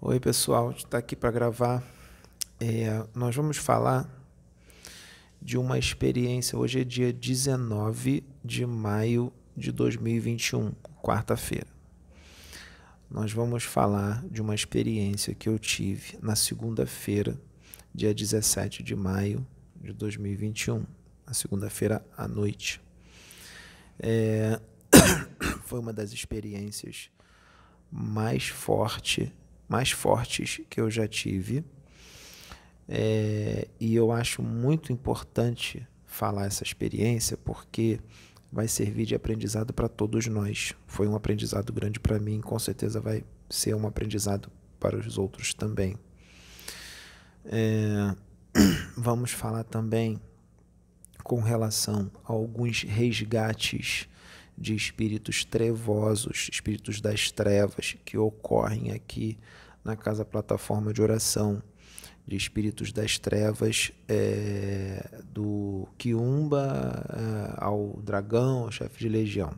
Oi, pessoal, a gente está aqui para gravar. Nós vamos falar de uma experiência. Hoje é dia 19 de maio de 2021, quarta-feira. Nós vamos falar de uma experiência que eu tive na segunda-feira, dia 17 de maio de 2021, na segunda-feira à noite. Foi uma das experiências mais fortes que eu já tive, e eu acho muito importante falar essa experiência porque vai servir de aprendizado para todos nós. Foi um aprendizado grande para mim, com certeza vai ser um aprendizado para os outros também. Vamos falar também com relação a alguns resgates de espíritos trevosos, espíritos das trevas, que ocorrem aqui na Casa Plataforma de Oração, de espíritos das trevas, do Quiumba ao dragão, ao chefe de legião.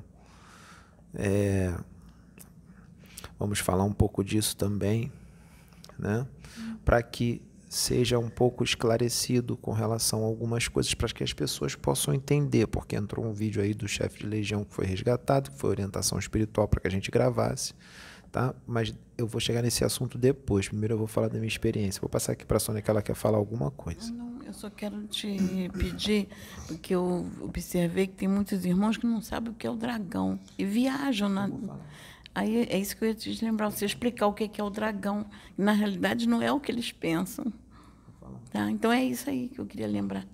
Vamos falar um pouco disso também, né? Para que seja um pouco esclarecido com relação a algumas coisas, para que as pessoas possam entender, porque entrou um vídeo aí do chefe de legião que foi resgatado, que foi orientação espiritual para que a gente gravasse, tá? Mas eu vou chegar nesse assunto depois. Primeiro eu vou falar da minha experiência. Vou passar aqui para a Sônia, que ela quer falar alguma coisa. Não, eu só quero te pedir, porque eu observei que tem muitos irmãos que não sabem o que é o dragão e viajam na... Aí é isso que eu ia te lembrar, você explicar o que é o dragão. Na realidade, não é o que eles pensam. Tá? Então, é isso aí que eu queria lembrar.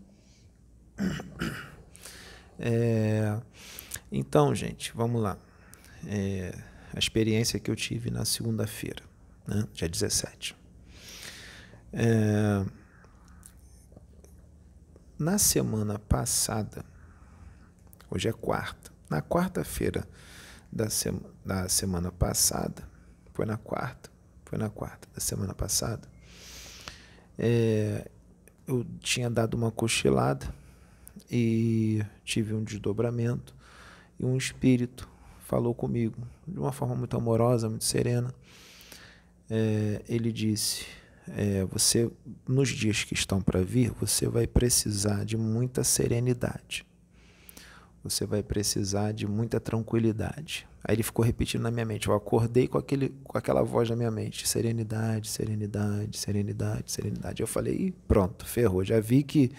Então, gente, vamos lá. A experiência que eu tive na segunda-feira, né, dia 17. Na semana passada, hoje é quarta, na quarta-feira da semana passada, foi na quarta da semana passada, eu tinha dado uma cochilada e tive um desdobramento e um espírito falou comigo de uma forma muito amorosa, muito serena. Ele disse: você, nos dias que estão para vir, você vai precisar de muita serenidade. Você vai precisar de muita tranquilidade. Aí ele ficou repetindo na minha mente. Eu acordei com aquela voz na minha mente. Serenidade, serenidade, serenidade, serenidade. Eu falei, pronto, ferrou. Já vi que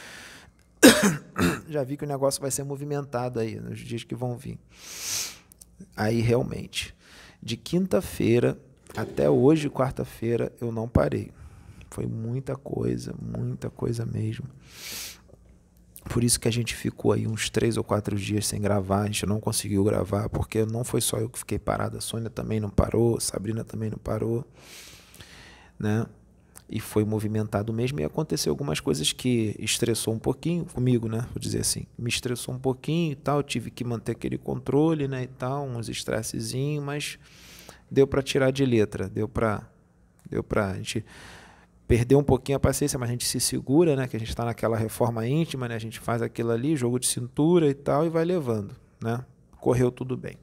o negócio vai ser movimentado aí nos dias que vão vir. Aí realmente, de quinta-feira até hoje, quarta-feira, eu não parei. Foi muita coisa mesmo. Por isso que a gente ficou aí uns 3 ou 4 dias sem gravar. A gente não conseguiu gravar, porque não foi só eu que fiquei parado. A Sônia também não parou, a Sabrina também não parou, né? E foi movimentado mesmo. E aconteceu algumas coisas que estressou um pouquinho comigo, né? Vou dizer assim, me estressou um pouquinho e tal. Tive que manter aquele controle, né? E tal, uns estressezinhos, mas deu para tirar de letra. Deu para a gente perder um pouquinho a paciência, mas a gente se segura, né? Que a gente está naquela reforma íntima, né? A gente faz aquilo ali, jogo de cintura e tal, e vai levando, né? Correu tudo bem.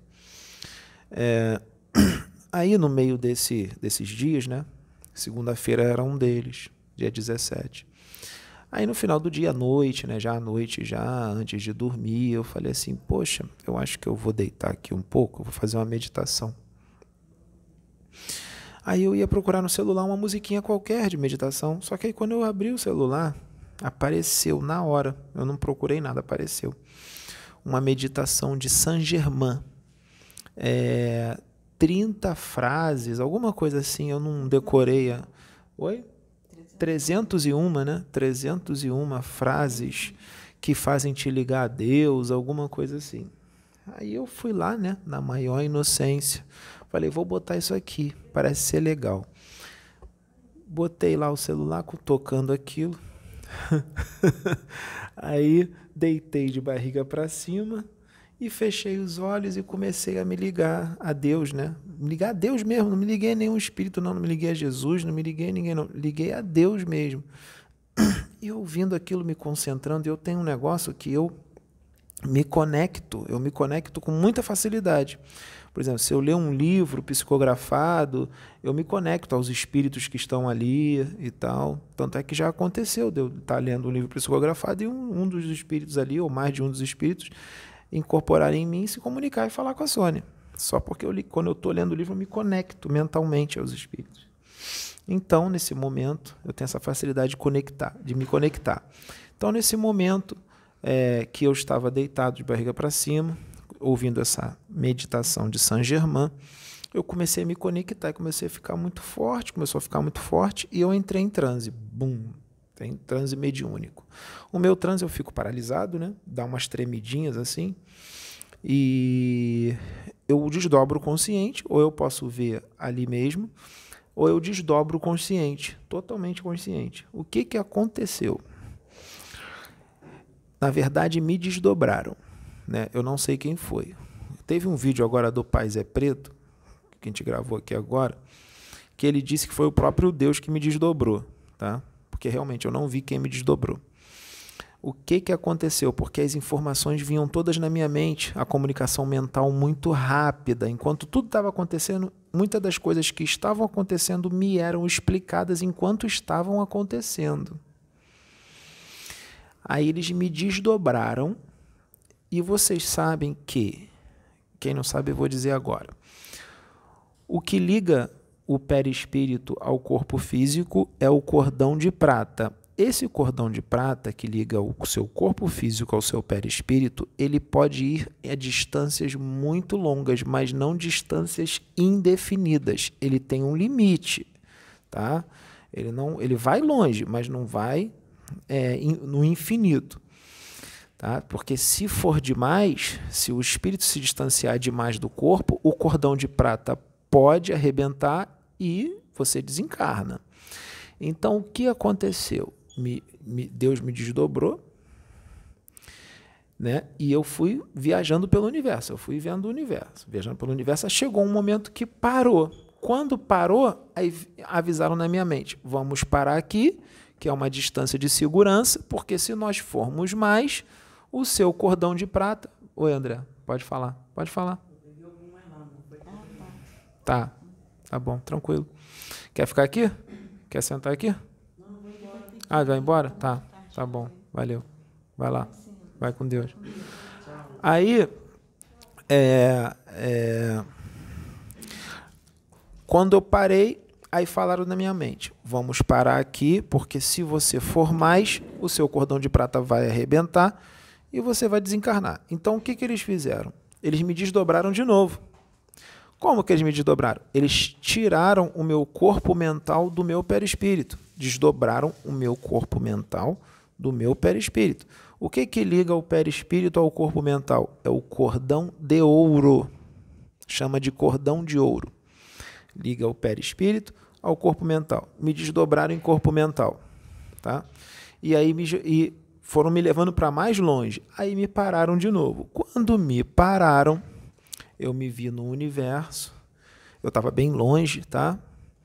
Aí no meio desses dias, né? Segunda-feira era um deles, dia 17. Aí no final do dia, à noite, né? Já à noite, já antes de dormir, eu falei assim, poxa, eu acho que eu vou deitar aqui um pouco, eu vou fazer uma meditação. Aí eu ia procurar no celular uma musiquinha qualquer de meditação, só que aí quando eu abri o celular, apareceu na hora, eu não procurei nada, apareceu uma meditação de Saint-Germain, 30 frases, alguma coisa assim, eu não decorei. Oi? 301, né? 301 frases que fazem te ligar a Deus, alguma coisa assim. Aí eu fui lá, né, na maior inocência, falei, vou botar isso aqui, parece ser legal. Botei lá o celular tocando aquilo. Aí deitei de barriga para cima e fechei os olhos e comecei a me ligar a Deus, né? Me ligar a Deus mesmo, não me liguei a nenhum espírito, não me liguei a Jesus, não me liguei a ninguém, não. Liguei a Deus mesmo. E ouvindo aquilo, me concentrando, eu tenho um negócio que eu eu me conecto com muita facilidade. Por exemplo, se eu ler um livro psicografado, eu me conecto aos espíritos que estão ali e tal. Tanto é que já aconteceu de eu estar lendo um livro psicografado e um dos espíritos ali, ou mais de um dos espíritos, incorporar em mim, se comunicar e falar com a Sônia. Só porque quando eu estou lendo o livro, eu me conecto mentalmente aos espíritos. Então, nesse momento, eu tenho essa facilidade de me conectar. Então, nesse momento que eu estava deitado de barriga para cima, ouvindo essa meditação de Saint-Germain, eu comecei a me conectar, comecei a ficar muito forte, começou a ficar muito forte, e eu entrei em transe. Bum! Tem transe mediúnico. O meu transe eu fico paralisado, né? Dá umas tremidinhas assim, e eu desdobro o consciente, ou eu posso ver ali mesmo, ou eu desdobro o consciente, totalmente consciente. O que aconteceu? Na verdade, me desdobraram, né? Eu não sei quem foi. Teve um vídeo agora do Pai Zé Preto, que a gente gravou aqui agora, que ele disse que foi o próprio Deus que me desdobrou, tá? Porque realmente eu não vi quem me desdobrou. O que aconteceu? Porque as informações vinham todas na minha mente, a comunicação mental muito rápida. Enquanto tudo estava acontecendo, muitas das coisas que estavam acontecendo me eram explicadas enquanto estavam acontecendo. Aí eles me desdobraram, e vocês sabem que, quem não sabe eu vou dizer agora, o que liga o perispírito ao corpo físico é o cordão de prata. Esse cordão de prata que liga o seu corpo físico ao seu perispírito, ele pode ir a distâncias muito longas, mas não distâncias indefinidas. Ele tem um limite, tá? Ele vai longe, mas não vai no infinito, tá? Porque se for demais, se o espírito se distanciar demais do corpo, o cordão de prata pode arrebentar e você desencarna. Então, o que aconteceu? Deus me desdobrou, né? E eu fui viajando pelo universo, eu fui vendo o universo, viajando pelo universo, chegou um momento que parou. Quando parou, aí avisaram na minha mente, vamos parar aqui, que é uma distância de segurança, porque se nós formos mais, o seu cordão de prata... Oi, André, pode falar, pode falar. Tá bom, tranquilo. Quer ficar aqui? Quer sentar aqui? Ah, vai embora? Tá bom, valeu. Vai lá, vai com Deus. Aí, quando eu parei, aí falaram na minha mente, vamos parar aqui, porque se você for mais, o seu cordão de prata vai arrebentar e você vai desencarnar. Então, o que eles fizeram? Eles me desdobraram de novo. Como que eles me desdobraram? Eles tiraram o meu corpo mental do meu perispírito. Desdobraram o meu corpo mental do meu perispírito. O que liga o perispírito ao corpo mental? É o cordão de ouro. Chama de cordão de ouro. Liga o perispírito ao corpo mental. Me desdobraram em corpo mental. Tá? E aí foram me levando para mais longe. Aí me pararam de novo. Quando me pararam, eu me vi no universo, eu estava bem longe, tá?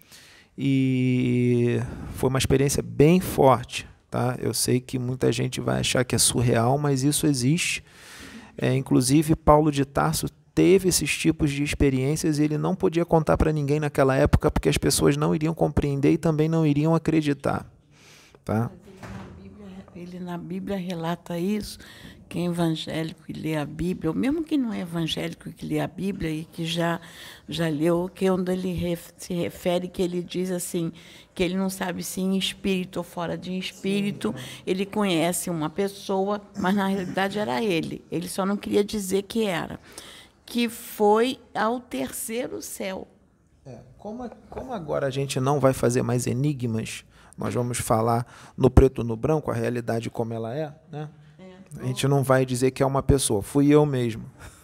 E foi uma experiência bem forte, tá? Eu sei que muita gente vai achar que é surreal, mas isso existe. Inclusive, Paulo de Tarso teve esses tipos de experiências e ele não podia contar para ninguém naquela época porque as pessoas não iriam compreender e também não iriam acreditar, tá? Ele na Bíblia relata isso. Quem é evangélico e lê a Bíblia, ou mesmo que não é evangélico que lê a Bíblia e que já leu, que é onde ele se refere, que ele diz assim, que ele não sabe se em espírito ou fora de espírito, ele conhece uma pessoa, mas na realidade era ele. Ele só não queria dizer que era. Que foi ao terceiro céu. Como agora a gente não vai fazer mais enigmas, nós vamos falar no preto e no branco, a realidade como ela é, né? A gente não vai dizer que é uma pessoa, fui eu mesmo.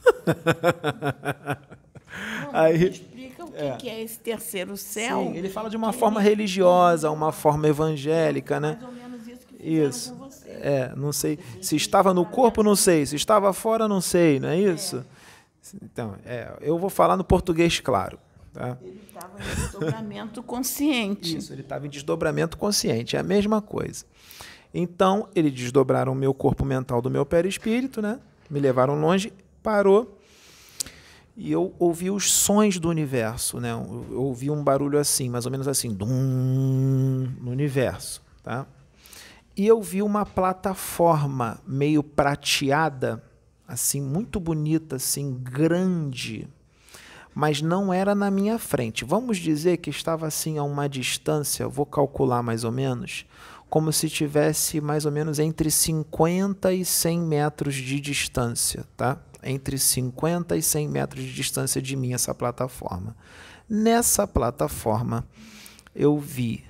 Aí explica o que é esse terceiro céu. Sim, ele fala de uma forma religiosa, uma forma evangélica, né? Mais ou menos isso que fizeram Isso. com você. Não sei. Se estava no corpo, não sei. Se estava fora, não sei, não é isso? Então, eu vou falar no português claro. Tá? Ele estava em desdobramento consciente. Isso, ele estava em desdobramento consciente, é a mesma coisa. Então, eles desdobraram o meu corpo mental do meu perispírito, né? Me levaram longe, parou, e eu ouvi os sons do universo, né? Eu ouvi um barulho assim, mais ou menos assim, dum, no universo, tá? E eu vi uma plataforma meio prateada, assim, muito bonita, assim, grande, mas não era na minha frente. Vamos dizer que estava assim a uma distância, vou calcular mais ou menos, como se tivesse mais ou menos entre 50 e 100 metros de distância, tá? Entre 50 e 100 metros de distância de mim, essa plataforma. Nessa plataforma, eu vi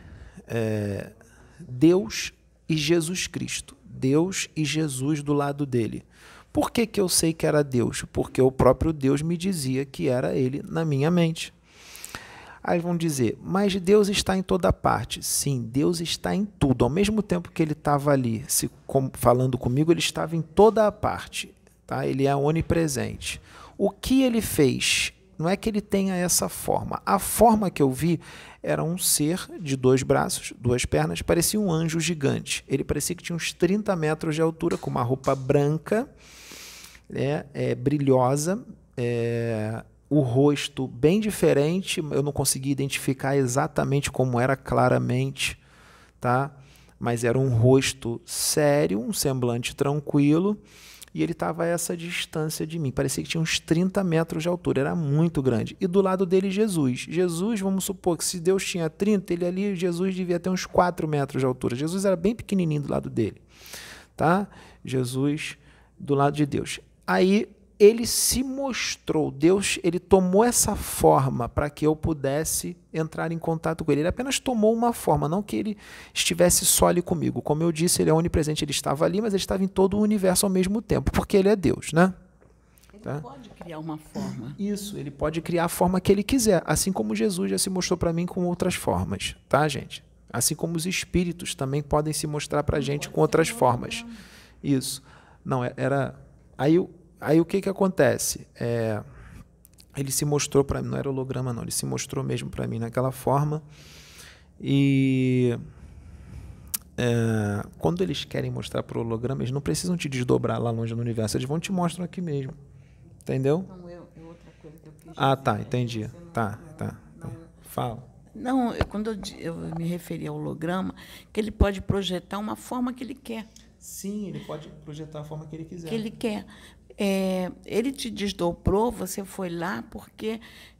Deus e Jesus Cristo. Deus e Jesus do lado dele. Por que que eu sei que era Deus? Porque o próprio Deus me dizia que era ele na minha mente. Aí vão dizer, mas Deus está em toda parte. Sim, Deus está em tudo. Ao mesmo tempo que ele estava ali falando comigo, ele estava em toda a parte. Tá? Ele é onipresente. O que ele fez? Não é que ele tenha essa forma. A forma que eu vi era um ser de 2 braços, 2 pernas, parecia um anjo gigante. Ele parecia que tinha uns 30 metros de altura, com uma roupa branca, brilhosa, o rosto bem diferente, eu não consegui identificar exatamente como era claramente, tá? Mas era um rosto sério, um semblante tranquilo, e ele estava a essa distância de mim, parecia que tinha uns 30 metros de altura, era muito grande. E do lado dele Jesus. Jesus, vamos supor que se Deus tinha 30, ele ali, Jesus devia ter uns 4 metros de altura. Jesus era bem pequenininho do lado dele, tá? Jesus do lado de Deus. Aí ele se mostrou, Deus, ele tomou essa forma para que eu pudesse entrar em contato com ele. Ele apenas tomou uma forma, não que ele estivesse só ali comigo. Como eu disse, ele é onipresente, ele estava ali, mas ele estava em todo o universo ao mesmo tempo, porque ele é Deus, né? Ele pode criar uma forma. Isso, ele pode criar a forma que ele quiser, assim como Jesus já se mostrou para mim com outras formas, tá, gente? Assim como os espíritos também podem se mostrar para a gente com outras formas. Isso. Não, era... Aí o que acontece? Ele se mostrou para mim, não era holograma não, ele se mostrou mesmo para mim naquela forma. E quando eles querem mostrar para o holograma, eles não precisam te desdobrar lá longe no universo, eles vão te mostrar aqui mesmo. Entendeu? Não, outra coisa que eu quis Tá, entendi. Tá. Fala. Não, quando eu me referi ao holograma, que ele pode projetar uma forma que ele quer. Sim, ele pode projetar a forma que ele quiser. Que ele quer. Ele te desdobrou, você foi lá, porque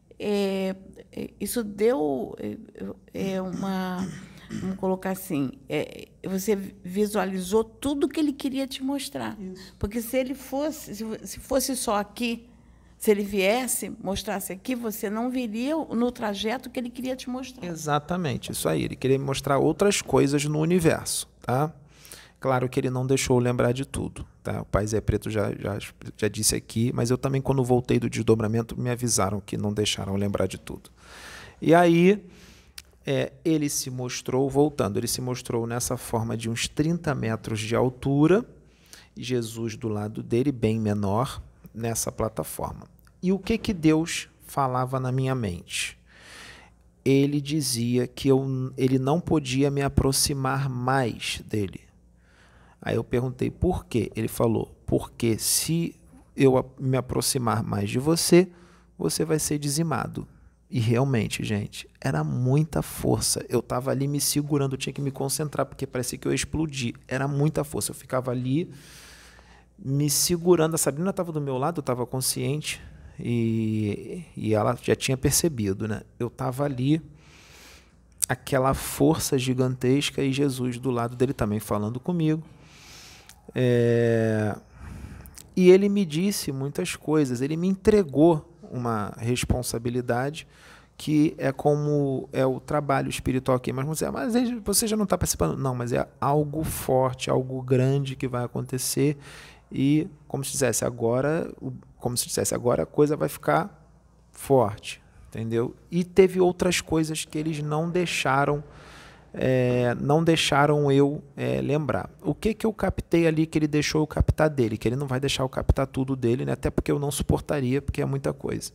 isso deu uma... Vamos colocar assim, você visualizou tudo que ele queria te mostrar. Isso. Porque se fosse só aqui, se ele viesse, mostrasse aqui, você não viria no trajeto que ele queria te mostrar. Exatamente, isso aí. Ele queria me mostrar outras coisas no universo, tá? Claro que ele não deixou eu lembrar de tudo, tá? O Pai Zé Preto já disse aqui, mas eu também, quando voltei do desdobramento, me avisaram que não deixaram eu lembrar de tudo. E aí, ele se mostrou, voltando, ele se mostrou nessa forma de uns 30 metros de altura, e Jesus do lado dele, bem menor, nessa plataforma. E o que Deus falava na minha mente? Ele dizia que ele não podia me aproximar mais dele. Aí eu perguntei por quê? Ele falou, porque se eu me aproximar mais de você, você vai ser dizimado. E realmente, gente, era muita força. Eu estava ali me segurando, eu tinha que me concentrar, porque parecia que eu ia explodir. Era muita força. Eu ficava ali me segurando. A Sabrina estava do meu lado, eu estava consciente, e ela já tinha percebido, né? Eu estava ali, aquela força gigantesca, e Jesus do lado dele também falando comigo. E ele me disse muitas coisas, ele me entregou uma responsabilidade que é como o trabalho espiritual aqui. Mas você já não está participando? Não, mas é algo forte, algo grande que vai acontecer, e como se dissesse agora a coisa vai ficar forte, entendeu? E teve outras coisas que eles não deixaram eu lembrar. O que eu captei ali que ele deixou eu captar dele, que ele não vai deixar eu captar tudo dele, né? Até porque eu não suportaria, porque é muita coisa.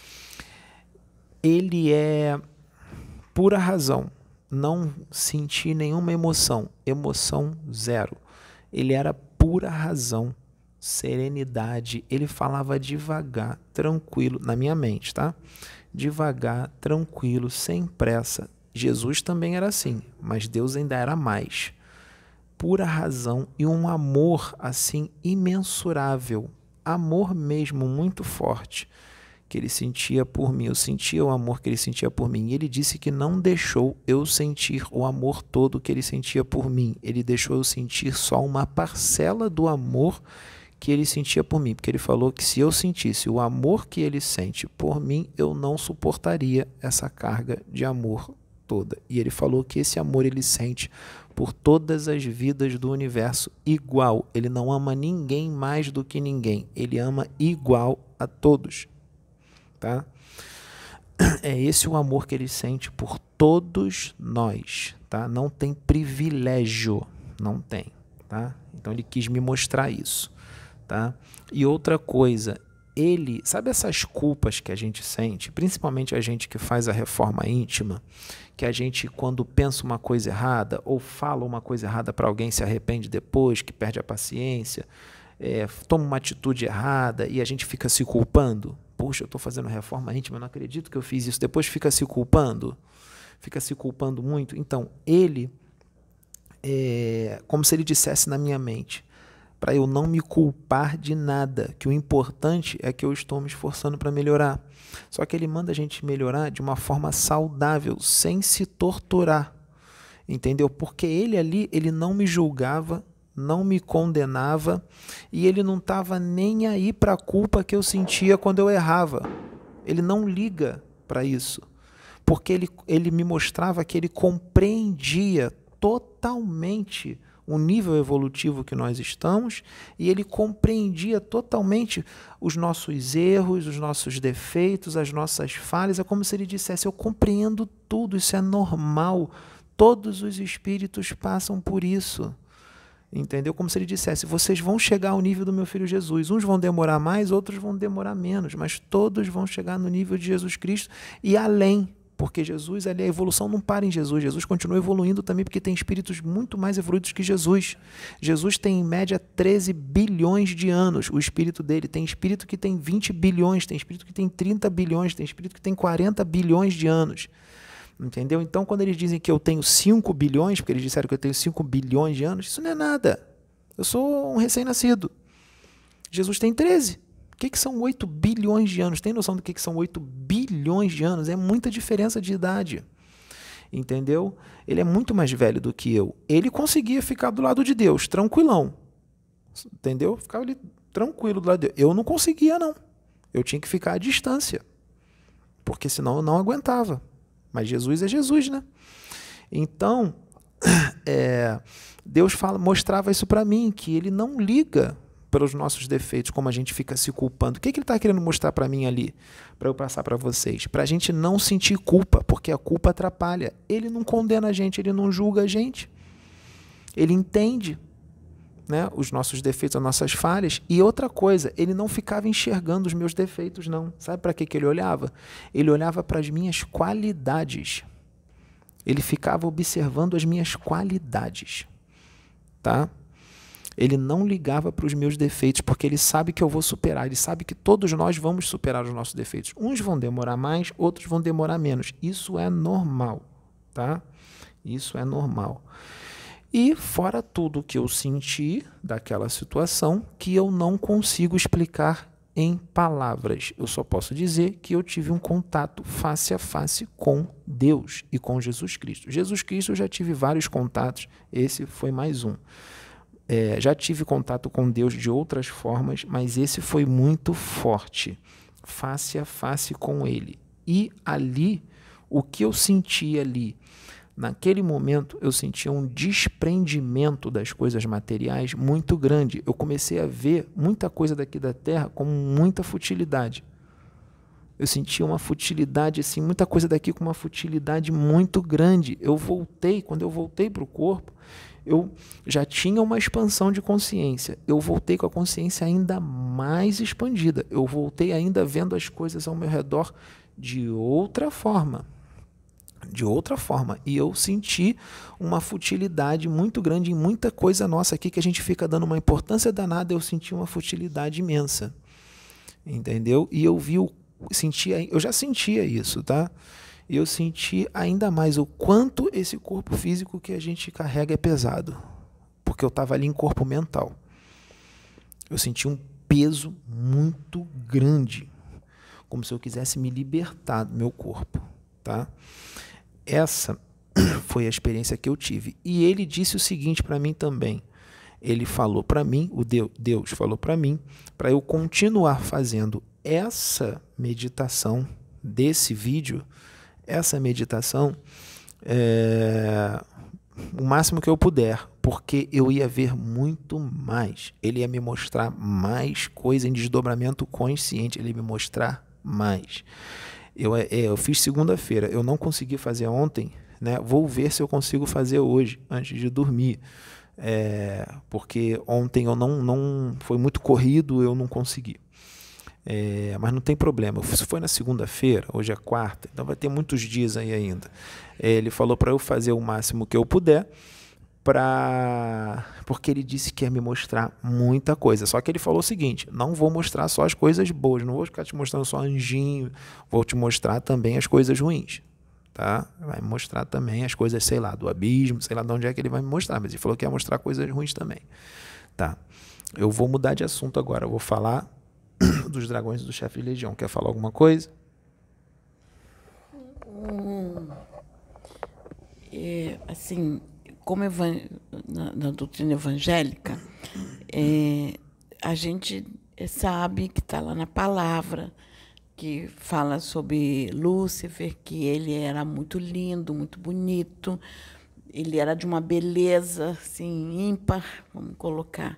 Ele é pura razão, não senti nenhuma emoção zero. Ele era pura razão, serenidade. Ele falava devagar, tranquilo, na minha mente, tá? Devagar, tranquilo, sem pressa. Jesus também era assim, mas Deus ainda era mais. Pura razão e um amor assim imensurável, amor mesmo muito forte que ele sentia por mim. Eu sentia o amor que ele sentia por mim. E ele disse que não deixou eu sentir o amor todo que ele sentia por mim. Ele deixou eu sentir só uma parcela do amor que ele sentia por mim, porque ele falou que se eu sentisse o amor que ele sente por mim, eu não suportaria essa carga de amor toda. E ele falou que esse amor ele sente por todas as vidas do universo igual. Ele não ama ninguém mais do que ninguém. Ele ama igual a todos. Tá? É esse o amor que ele sente por todos nós. Tá? Não tem privilégio. Não tem. Tá? Então ele quis me mostrar isso. Tá? E outra coisa, ele, sabe essas culpas que a gente sente, principalmente a gente que faz a reforma íntima, que a gente quando pensa uma coisa errada ou fala uma coisa errada para alguém se arrepende depois, que perde a paciência, toma uma atitude errada e a gente fica se culpando. Poxa, eu estou fazendo reforma íntima, eu não acredito que eu fiz isso. Depois fica se culpando muito. Então, ele, como se ele dissesse na minha mente, para eu não me culpar de nada, que o importante é que eu estou me esforçando para melhorar. Só que ele manda a gente melhorar de uma forma saudável, sem se torturar, entendeu? Porque ele ali, ele não me julgava, não me condenava, e ele não estava nem aí para a culpa que eu sentia quando eu errava. Ele não liga para isso, porque ele me mostrava que ele compreendia totalmente o nível evolutivo que nós estamos, e ele compreendia totalmente os nossos erros, os nossos defeitos, as nossas falhas. É como se ele dissesse, eu compreendo tudo, isso é normal, todos os espíritos passam por isso. Entendeu? Como se ele dissesse, vocês vão chegar ao nível do meu filho Jesus, uns vão demorar mais, outros vão demorar menos, mas todos vão chegar no nível de Jesus Cristo e além. Porque Jesus, ali, a evolução não para em Jesus. Jesus continua evoluindo também porque tem espíritos muito mais evoluídos que Jesus. Jesus tem, em média, 13 bilhões de anos, o espírito dele. Tem espírito que tem 20 bilhões, tem espírito que tem 30 bilhões, tem espírito que tem 40 bilhões de anos. Entendeu? Então, quando eles dizem que eu tenho 5 bilhões, porque eles disseram que eu tenho 5 bilhões de anos, isso não é nada. Eu sou um recém-nascido. Jesus tem 13. O que são 8 bilhões de anos? Tem noção do que são 8 bilhões de anos? É muita diferença de idade. Entendeu? Ele é muito mais velho do que eu. Ele conseguia ficar do lado de Deus, tranquilão. Entendeu? Ficava ali tranquilo do lado de Deus. Eu não conseguia, não. Eu tinha que ficar à distância. Porque senão eu não aguentava. Mas Jesus é Jesus, né? Então, Deus mostrava isso para mim, que ele não liga pelos nossos defeitos, como a gente fica se culpando. O que ele está querendo mostrar para mim ali, para eu passar para vocês? Para a gente não sentir culpa, porque a culpa atrapalha. Ele não condena a gente, ele não julga a gente. Ele entende, né, os nossos defeitos, as nossas falhas. E outra coisa, ele não ficava enxergando os meus defeitos, não. Sabe para que ele olhava? Ele olhava para as minhas qualidades. Ele ficava observando as minhas qualidades. Tá? Ele não ligava para os meus defeitos, porque ele sabe que eu vou superar, ele sabe que todos nós vamos superar os nossos defeitos. Uns vão demorar mais, outros vão demorar menos. Isso é normal, tá? Isso é normal. E fora tudo que eu senti daquela situação, que eu não consigo explicar em palavras. Eu só posso dizer que eu tive um contato face a face com Deus e com Jesus Cristo. Jesus Cristo eu já tive vários contatos, esse foi mais um. Já tive contato com Deus de outras formas, mas esse foi muito forte, face a face com Ele. E ali, o que eu senti ali, naquele momento, eu sentia um desprendimento das coisas materiais muito grande. Eu comecei a ver muita coisa daqui da Terra como muita futilidade. Eu sentia uma futilidade, assim, muita coisa daqui com uma futilidade muito grande. Quando eu voltei para o corpo, eu já tinha uma expansão de consciência. Eu voltei com a consciência ainda mais expandida. Eu voltei ainda vendo as coisas ao meu redor de outra forma. de outra forma. E eu senti uma futilidade muito grande em muita coisa nossa aqui que a gente fica dando uma importância danada. Eu senti uma futilidade imensa, entendeu? E eu eu já sentia isso, tá? E eu senti ainda mais o quanto esse corpo físico que a gente carrega é pesado, porque eu estava ali em corpo mental. Eu senti um peso muito grande, como se eu quisesse me libertar do meu corpo, tá? Essa foi a experiência que eu tive. E ele disse o seguinte para mim também. Ele falou para mim, Deus falou para mim, para eu continuar fazendo essa meditação desse vídeo, essa meditação, o máximo que eu puder, porque eu ia ver muito mais. Ele ia me mostrar mais coisa em desdobramento consciente, ele ia me mostrar mais. Eu fiz segunda-feira, eu não consegui fazer ontem, né? Vou ver se eu consigo fazer hoje, antes de dormir. Porque ontem eu não foi muito corrido, eu não consegui. Mas não tem problema. Se foi na segunda-feira, hoje é quarta, então vai ter muitos dias aí ainda. Ele falou para eu fazer o máximo que eu puder, porque ele disse que ia me mostrar muita coisa. Só que ele falou o seguinte: não vou mostrar só as coisas boas, não vou ficar te mostrando só anjinho, vou te mostrar também as coisas ruins. Tá? Vai me mostrar também as coisas, sei lá, do abismo, sei lá de onde é que ele vai me mostrar, mas ele falou que ia mostrar coisas ruins também. Tá. Eu vou mudar de assunto agora, eu vou falar dos dragões e do chefe de legião. Quer falar alguma coisa? Assim, como na doutrina evangélica, a gente sabe que está lá na palavra, que fala sobre Lúcifer, que ele era muito lindo, muito bonito, ele era de uma beleza assim, ímpar, vamos colocar.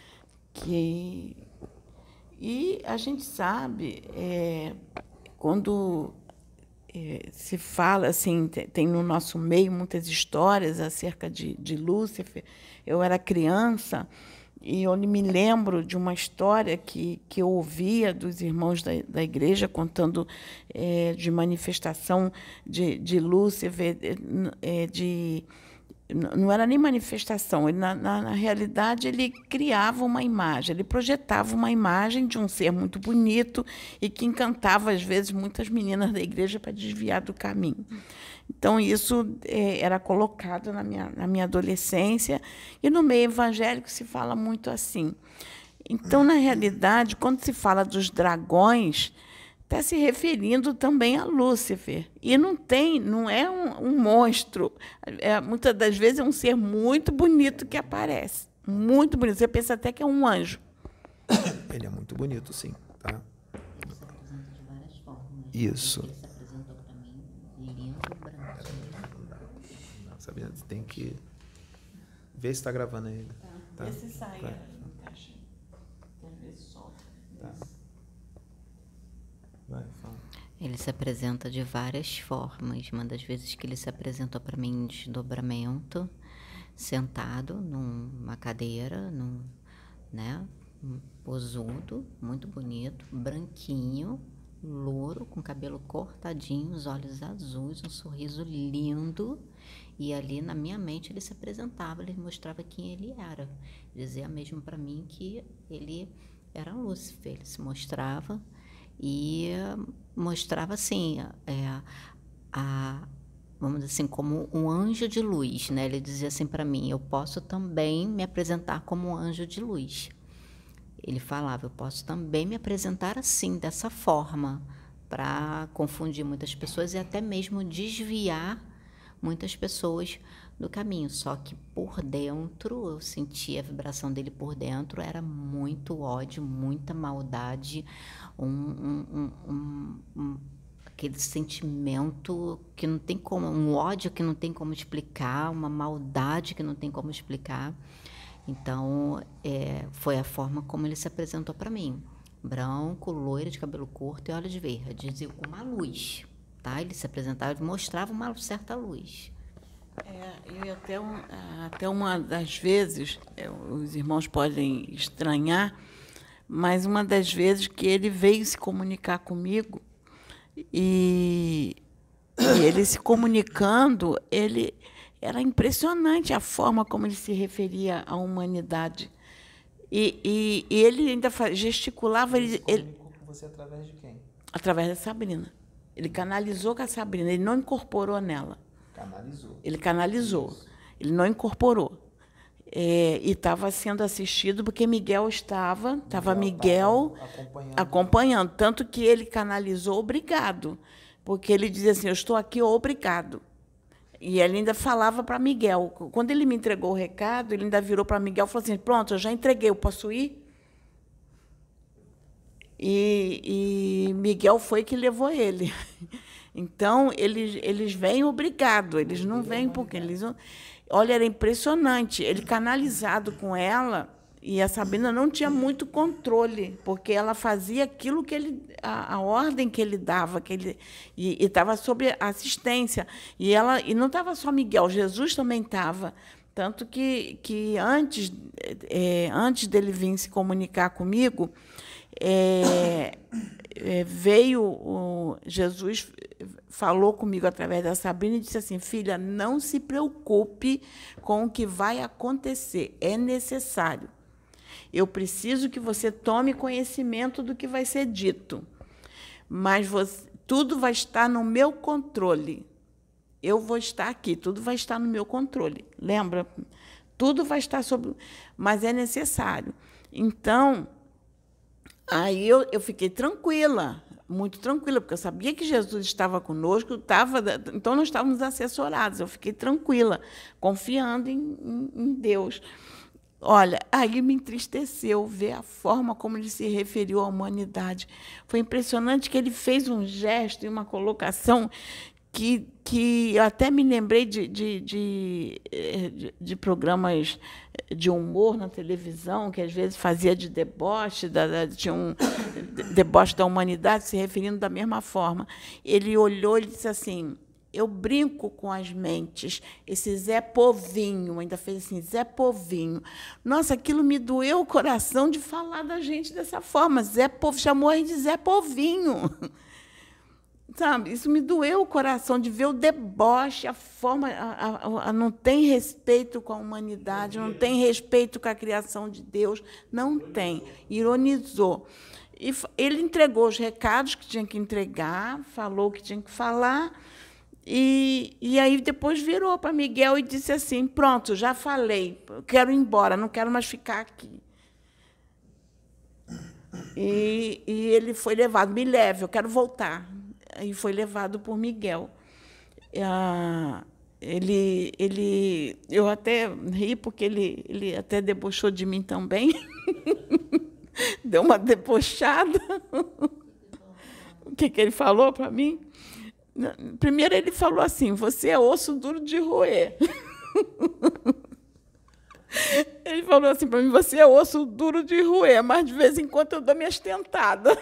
E a gente sabe, quando se fala, assim, tem no nosso meio muitas histórias acerca de Lúcifer. Eu era criança e eu me lembro de uma história que eu ouvia dos irmãos da igreja contando de manifestação de Lúcifer, não era nem manifestação, ele, na realidade ele criava uma imagem, ele projetava uma imagem de um ser muito bonito e que encantava, às vezes, muitas meninas da igreja para desviar do caminho. Então, isso era colocado na minha adolescência, e no meio evangélico se fala muito assim. Então, na realidade, quando se fala dos dragões, está se referindo também a Lúcifer. E não é um monstro. Muitas das vezes é um ser muito bonito que aparece. Muito bonito. Você pensa até que é um anjo. Ele é muito bonito, sim. Tá? Ele se apresenta de várias formas. Isso. Ele se apresentou para mim lindo, branquinho. Não, Sabrina, você tem que ver se está gravando ainda. Tá. Vê se sai a caixa. Às vezes solta. Tá. Vai, fala. Ele se apresenta de várias formas. Uma das vezes que ele se apresentou para mim em desdobramento, sentado numa cadeira, posudo, muito bonito, branquinho, louro, com cabelo cortadinho, os olhos azuis, um sorriso lindo. E ali na minha mente ele se apresentava, ele mostrava quem ele era. Dizia mesmo para mim que ele era Lúcifer. Ele se mostrava e mostrava assim, vamos dizer assim, como um anjo de luz, né? Ele dizia assim para mim: eu posso também me apresentar como um anjo de luz. Ele falava: eu posso também me apresentar assim, dessa forma, para confundir muitas pessoas e até mesmo desviar muitas pessoas do caminho. Só que por dentro, eu sentia a vibração dele por dentro, era muito ódio, muita maldade, aquele sentimento que não tem como, um ódio que não tem como explicar, uma maldade que não tem como explicar. Então, foi a forma como ele se apresentou para mim. Branco, loiro, de cabelo curto e olhos verdes, e com uma luz, tá? Ele se apresentava e mostrava uma certa luz. E até uma das vezes, os irmãos podem estranhar, mas uma das vezes que ele veio se comunicar comigo e E ele se comunicando, ele era impressionante a forma como ele se referia à humanidade. E ele ainda gesticulava. Ele se comunicou com você através de quem? Através da Sabrina. Ele canalizou com a Sabrina, ele não incorporou nela. Canalizou. Ele canalizou, ele não incorporou. E estava sendo assistido porque Miguel estava acompanhando. Tanto que ele canalizou obrigado, porque ele dizia assim, eu estou aqui, obrigado. E ele ainda falava para Miguel. Quando ele me entregou o recado, ele ainda virou para Miguel e falou assim, pronto, eu já entreguei, eu posso ir? E Miguel foi que levou ele. Então, eles vêm obrigado, eles não vêm porque eles... Olha, era impressionante. Ele canalizado com ela, e a Sabrina não tinha muito controle, porque ela fazia aquilo que ele... A ordem que ele dava, e estava sob assistência. E não estava só Miguel, Jesus também estava. Tanto que antes dele vir se comunicar comigo, Jesus falou comigo através da Sabrina e disse assim, filha, não se preocupe com o que vai acontecer, é necessário. Eu preciso que você tome conhecimento do que vai ser dito, mas tudo vai estar no meu controle. Eu vou estar aqui, tudo vai estar no meu controle. Lembra? Tudo vai estar sob... Mas é necessário. Então, aí eu fiquei tranquila, muito tranquila, porque eu sabia que Jesus estava conosco, então nós estávamos assessorados. Eu fiquei tranquila, confiando em Deus. Olha, aí me entristeceu ver a forma como ele se referiu à humanidade. Foi impressionante que ele fez um gesto e uma colocação que eu até me lembrei de programas de humor na televisão, que às vezes fazia de deboche, tinha um deboche da humanidade, se referindo da mesma forma. Ele olhou e disse assim, eu brinco com as mentes, esse Zé Povinho, ainda fez assim, Zé Povinho. Nossa, aquilo me doeu o coração de falar da gente dessa forma. Chamou ele de Zé Povinho. Sabe, isso me doeu o coração de ver o deboche, a forma, não tem respeito com a humanidade, não tem respeito com a criação de Deus, não tem. Ironizou. E ele entregou os recados que tinha que entregar, falou o que tinha que falar, e aí depois virou para Miguel e disse assim, pronto, já falei, quero ir embora, não quero mais ficar aqui. E ele foi levado, me leve, eu quero voltar. E foi levado por Miguel. Eu até ri, porque ele até debochou de mim também. Deu uma debochada. O que ele falou para mim? Primeiro, ele falou assim, você é osso duro de roer. Ele falou assim para mim, você é osso duro de roer, mas de vez em quando eu dou minhas tentadas.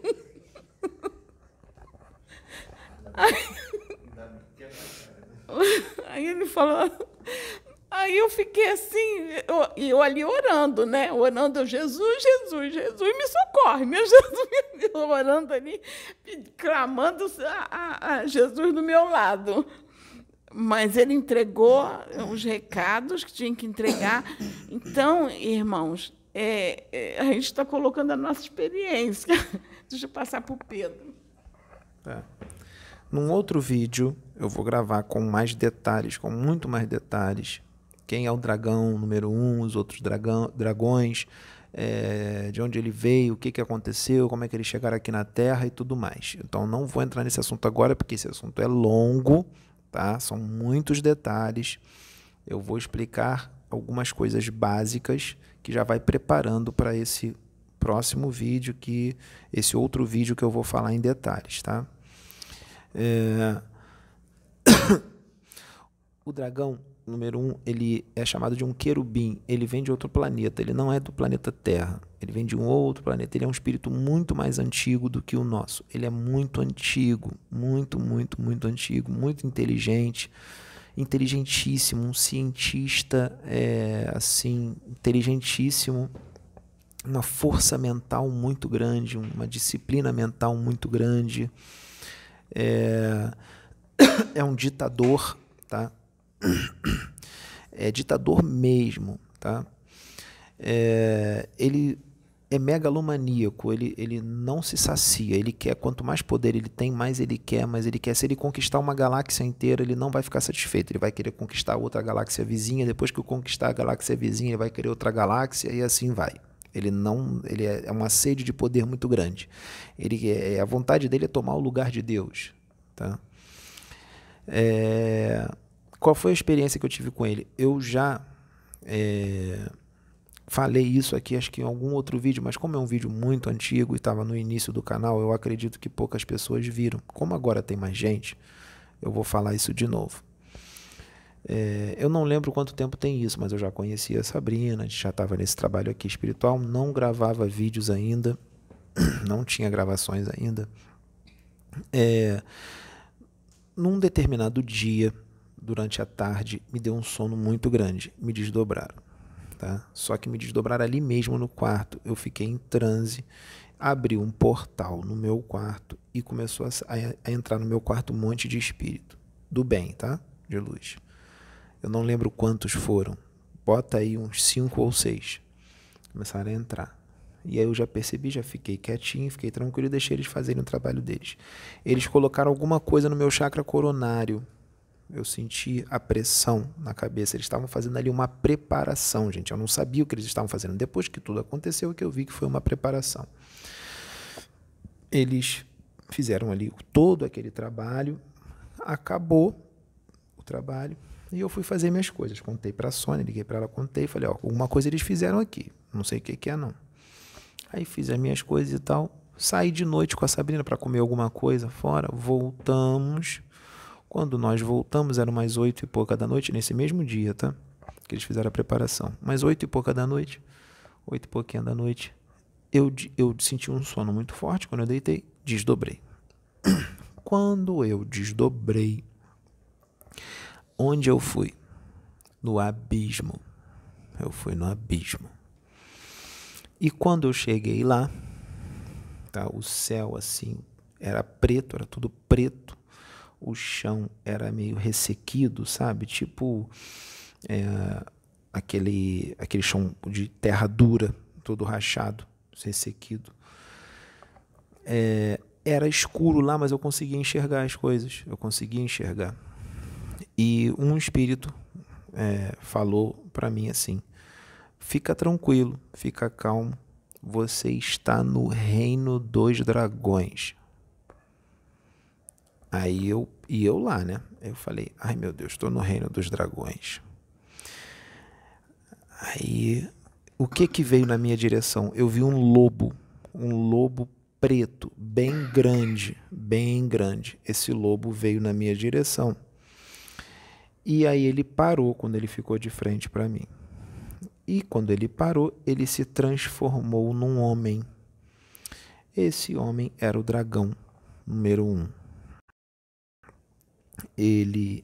Aí ele falou... Aí eu fiquei assim, eu ali orando, né? Orando, Jesus, Jesus, Jesus, me socorre, meu Jesus, orando ali, clamando a Jesus do meu lado. Mas ele entregou os recados que tinha que entregar. Então, irmãos, a gente está colocando a nossa experiência. Deixa eu passar para o Pedro. Tá. Num outro vídeo, eu vou gravar com mais detalhes, com muito mais detalhes. Quem é o dragão número 1, os outros dragões, de onde ele veio, o que aconteceu, como é que eles chegaram aqui na Terra e tudo mais. Então, não vou entrar nesse assunto agora, porque esse assunto é longo, tá? São muitos detalhes. Eu vou explicar algumas coisas básicas que já vai preparando para esse próximo vídeo, esse outro vídeo que eu vou falar em detalhes, tá? O dragão número 1, ele é chamado de um querubim. Ele vem de outro planeta, ele não é do planeta Terra, ele vem de um outro planeta. Ele é um espírito muito mais antigo do que o nosso. Ele é muito antigo, muito antigo, muito inteligente, inteligentíssimo, um cientista assim, inteligentíssimo, uma força mental muito grande, uma disciplina mental muito grande. é um ditador, tá? É ditador mesmo, tá? Ele é megalomaníaco, ele não se sacia, ele quer, quanto mais poder ele tem, mais ele quer, se ele conquistar uma galáxia inteira, ele não vai ficar satisfeito, ele vai querer conquistar outra galáxia vizinha, depois que conquistar a galáxia vizinha, ele vai querer outra galáxia e assim vai. Ele é uma sede de poder muito grande. A vontade dele é tomar o lugar de Deus, tá? Qual foi a experiência que eu tive com ele? Eu já falei isso aqui, acho que em algum outro vídeo, mas como é um vídeo muito antigo e estava no início do canal, eu acredito que poucas pessoas viram. Como agora tem mais gente, eu vou falar isso de novo. Eu não lembro quanto tempo tem isso, mas eu já conhecia a Sabrina, a gente já estava nesse trabalho aqui espiritual, não gravava vídeos ainda, não tinha gravações ainda. Num determinado dia, durante a tarde, me deu um sono muito grande, me desdobraram. Tá? Só que me desdobraram ali mesmo no quarto. Eu fiquei em transe, abri um portal no meu quarto e começou a entrar no meu quarto um monte de espírito do bem, tá? De luz. Eu não lembro quantos foram. Bota aí uns 5 ou 6. Começaram a entrar. E aí eu já percebi, já fiquei quietinho, fiquei tranquilo e deixei eles fazerem o trabalho deles. Eles colocaram alguma coisa no meu chakra coronário. Eu senti a pressão na cabeça. Eles estavam fazendo ali uma preparação, gente. Eu não sabia o que eles estavam fazendo. Depois que tudo aconteceu, que eu vi que foi uma preparação. Eles fizeram ali todo aquele trabalho. Acabou o trabalho. E eu fui fazer minhas coisas. Contei para a Sônia, liguei para ela, contei. Falei, alguma coisa eles fizeram aqui. Não sei o que é, não. Aí fiz as minhas coisas e tal. Saí de noite com a Sabrina para comer alguma coisa fora. Voltamos. Quando nós voltamos, eram mais 8 e pouca da noite, nesse mesmo dia, tá? Que eles fizeram a preparação. Mais 8 e pouca da noite, 8 e pouquinho da noite, eu senti um sono muito forte. Quando eu deitei, desdobrei. Quando eu desdobrei, onde eu fui? No abismo. Eu fui no abismo. E quando eu cheguei lá, tá? O céu, assim, era preto, era tudo preto. O chão era meio ressequido, sabe? Tipo aquele chão de terra dura, todo rachado, ressequido. Era escuro lá, mas eu conseguia enxergar as coisas. Eu conseguia enxergar. E um espírito falou para mim assim: fica tranquilo, fica calmo. Você está no reino dos dragões. Aí eu lá, né? Eu falei, ai meu Deus, estou no reino dos dragões. Aí, o que veio na minha direção? Eu vi um lobo preto, bem grande, bem grande. Esse lobo veio na minha direção. E aí ele parou quando ele ficou de frente para mim. E quando ele parou, ele se transformou num homem. Esse homem era o dragão número 1. Ele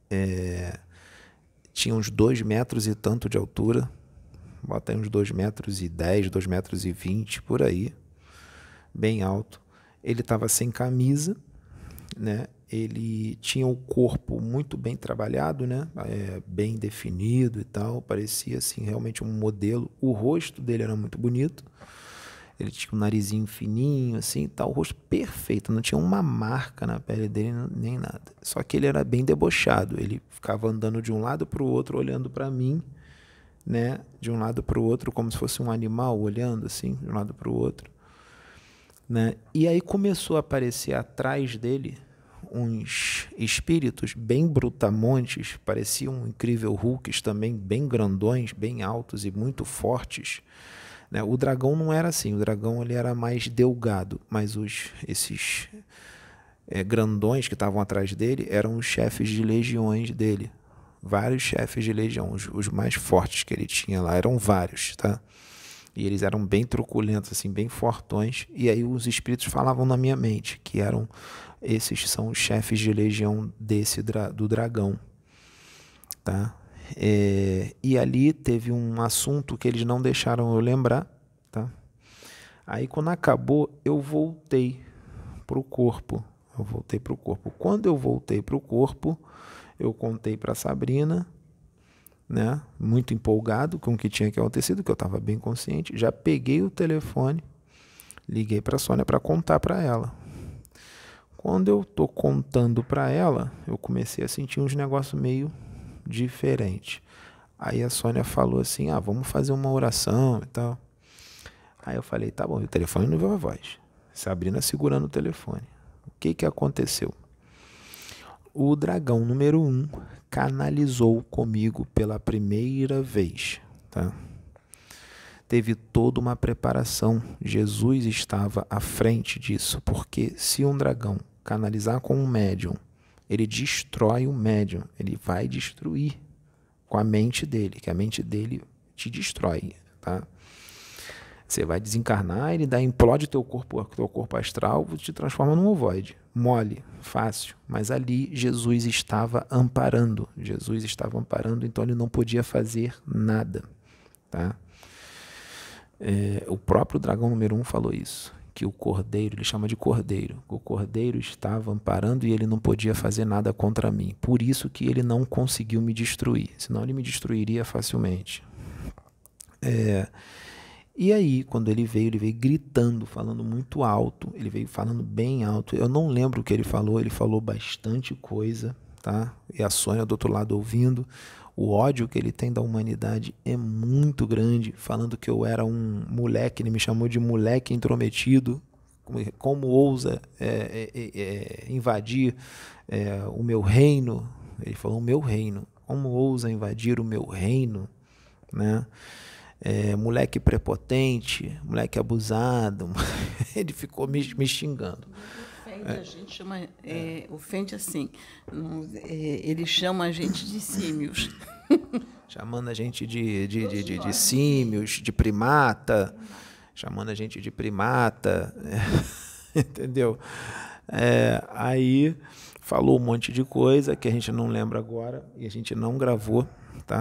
tinha uns 2 metros e tanto de altura, bota aí uns 2 metros e 10, 2 metros e 20, por aí, bem alto. Ele estava sem camisa, né? Ele tinha o corpo muito bem trabalhado, né? Bem definido e tal, parecia assim realmente um modelo. O rosto dele era muito bonito. Ele tinha um narizinho fininho, assim, tal, o rosto perfeito, não tinha uma marca na pele dele, nem nada. Só que ele era bem debochado, ele ficava andando de um lado para o outro, olhando para mim, né? De um lado para o outro, como se fosse um animal, olhando assim, de um lado para o outro, né? E aí começou a aparecer atrás dele uns espíritos bem brutamontes, pareciam incrível Hulks também, bem grandões, bem altos e muito fortes. O dragão não era assim, o dragão ele era mais delgado, mas esses grandões que estavam atrás dele eram os chefes de legiões dele. Vários chefes de legião, os mais fortes que ele tinha lá, eram vários, tá? E eles eram bem truculentos, assim, bem fortões. E aí os espíritos falavam na minha mente que esses são os chefes de legião do dragão, tá? E ali teve um assunto que eles não deixaram eu lembrar, tá? Aí quando acabou, eu voltei pro corpo. Eu voltei para o corpo. Quando eu voltei para o corpo, eu contei para a Sabrina, né, muito empolgado com o que tinha que acontecido, que eu estava bem consciente. Já peguei o telefone, liguei para a Sônia para contar para ela. Quando eu tô contando para ela, eu comecei a sentir uns negócios meio diferentes. Aí a Sônia falou assim, vamos fazer uma oração e tal. Aí eu falei, tá bom, o telefone não viu a voz. Sabrina segurando o telefone. O que aconteceu? O dragão número 1 canalizou comigo pela primeira vez, tá? Teve toda uma preparação. Jesus estava à frente disso, porque se um dragão canalizar com um médium, ele destrói o médium, ele vai destruir com a mente dele, que a mente dele te destrói, tá? Você vai desencarnar, ele implode teu corpo astral, te transforma num ovoide. Mole, fácil. Mas ali Jesus estava amparando. Jesus estava amparando, então ele não podia fazer nada, tá? O próprio dragão número 1 falou isso, que o cordeiro, ele chama de cordeiro, o cordeiro estava amparando e ele não podia fazer nada contra mim. Por isso que ele não conseguiu me destruir, senão ele me destruiria facilmente. E aí, quando ele veio gritando, falando muito alto, ele veio falando bem alto. Eu não lembro o que ele falou bastante coisa, tá? E a Sônia do outro lado ouvindo. O ódio que ele tem da humanidade é muito grande, falando que eu era um moleque, ele me chamou de moleque intrometido, como ousa invadir o meu reino. Ele falou o meu reino, como ousa invadir o meu reino, né? Moleque prepotente, moleque abusado. Ele ficou me xingando. A gente chama, ofende assim, ele chama a gente de símios. Chamando a gente de símios, de primata, chamando a gente de primata, entendeu? Aí falou um monte de coisa que a gente não lembra agora e a gente não gravou, tá?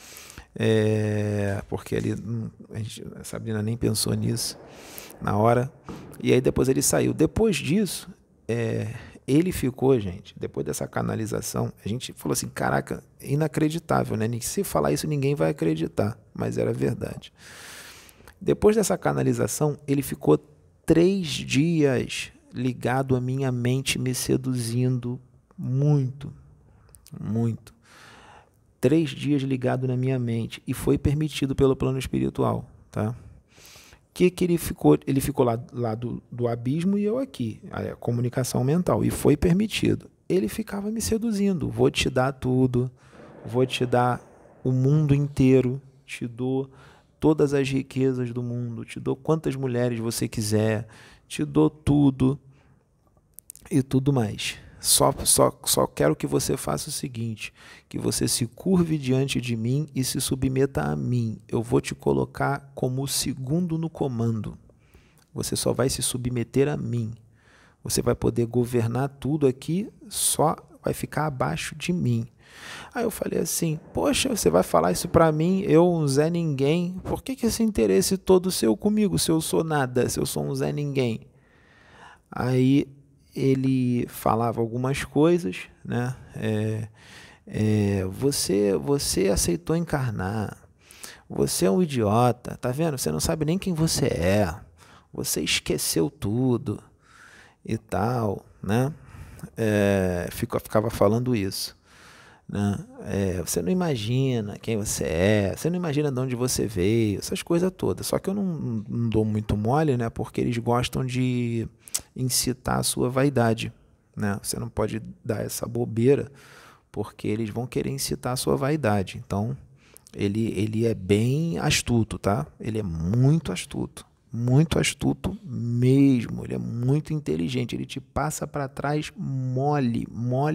Porque a Sabrina nem pensou nisso na hora. E aí depois ele saiu. Depois disso, ele ficou, gente, depois dessa canalização, a gente falou assim, caraca, inacreditável, né? Se falar isso, ninguém vai acreditar, mas era verdade. Depois dessa canalização, ele ficou 3 dias ligado à minha mente, me seduzindo muito, muito. 3 dias ligado na minha mente, e foi permitido pelo plano espiritual, tá? Que ele ficou lá do abismo e eu aqui, a comunicação mental, e foi permitido. Ele ficava me seduzindo, vou te dar tudo, vou te dar o mundo inteiro, te dou todas as riquezas do mundo, te dou quantas mulheres você quiser, te dou tudo e tudo mais. Só quero que você faça o seguinte, que você se curve diante de mim e se submeta a mim. Eu vou te colocar como o segundo no comando. Você só vai se submeter a mim. Você vai poder governar tudo aqui, só vai ficar abaixo de mim. Aí eu falei assim, poxa, você vai falar isso pra mim, eu um Zé Ninguém, por que esse interesse todo seu comigo, se eu sou nada, se eu sou um Zé Ninguém? Aí ele falava algumas coisas, né? Você aceitou encarnar, você é um idiota, tá vendo? Você não sabe nem quem você é, você esqueceu tudo e tal, né? Ficava falando isso, né? Você não imagina quem você é, você não imagina de onde você veio, essas coisas todas. Só que eu não dou muito mole, né? Porque eles gostam de incitar a sua vaidade, né? Você não pode dar essa bobeira, porque eles vão querer incitar a sua vaidade. Então, ele é bem astuto, tá? Ele é muito astuto mesmo. Ele é muito inteligente. Ele te passa para trás mole.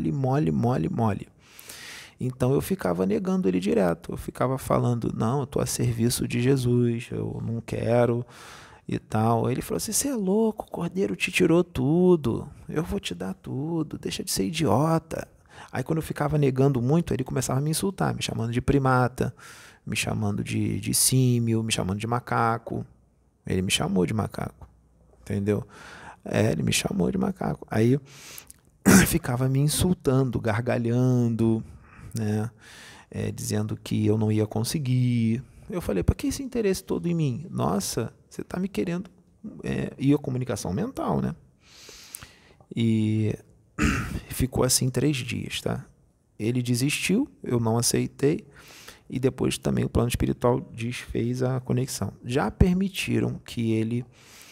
Então, eu ficava negando ele direto. Eu ficava falando, não, eu estou a serviço de Jesus, eu não quero e tal. Ele falou assim, você é louco, o Cordeiro te tirou tudo, eu vou te dar tudo, deixa de ser idiota. Aí quando eu ficava negando muito, ele começava a me insultar, me chamando de primata, me chamando de símio, me chamando de macaco. Ele me chamou de macaco, entendeu? Ele me chamou de macaco. Aí ficava me insultando, gargalhando, né? Dizendo que eu não ia conseguir. Eu falei, para que esse interesse todo em mim? Nossa, você está me querendo... E a comunicação mental, né? E ficou assim 3 dias, tá? Ele desistiu, eu não aceitei, e depois também o plano espiritual desfez a conexão. Já permitiram que ele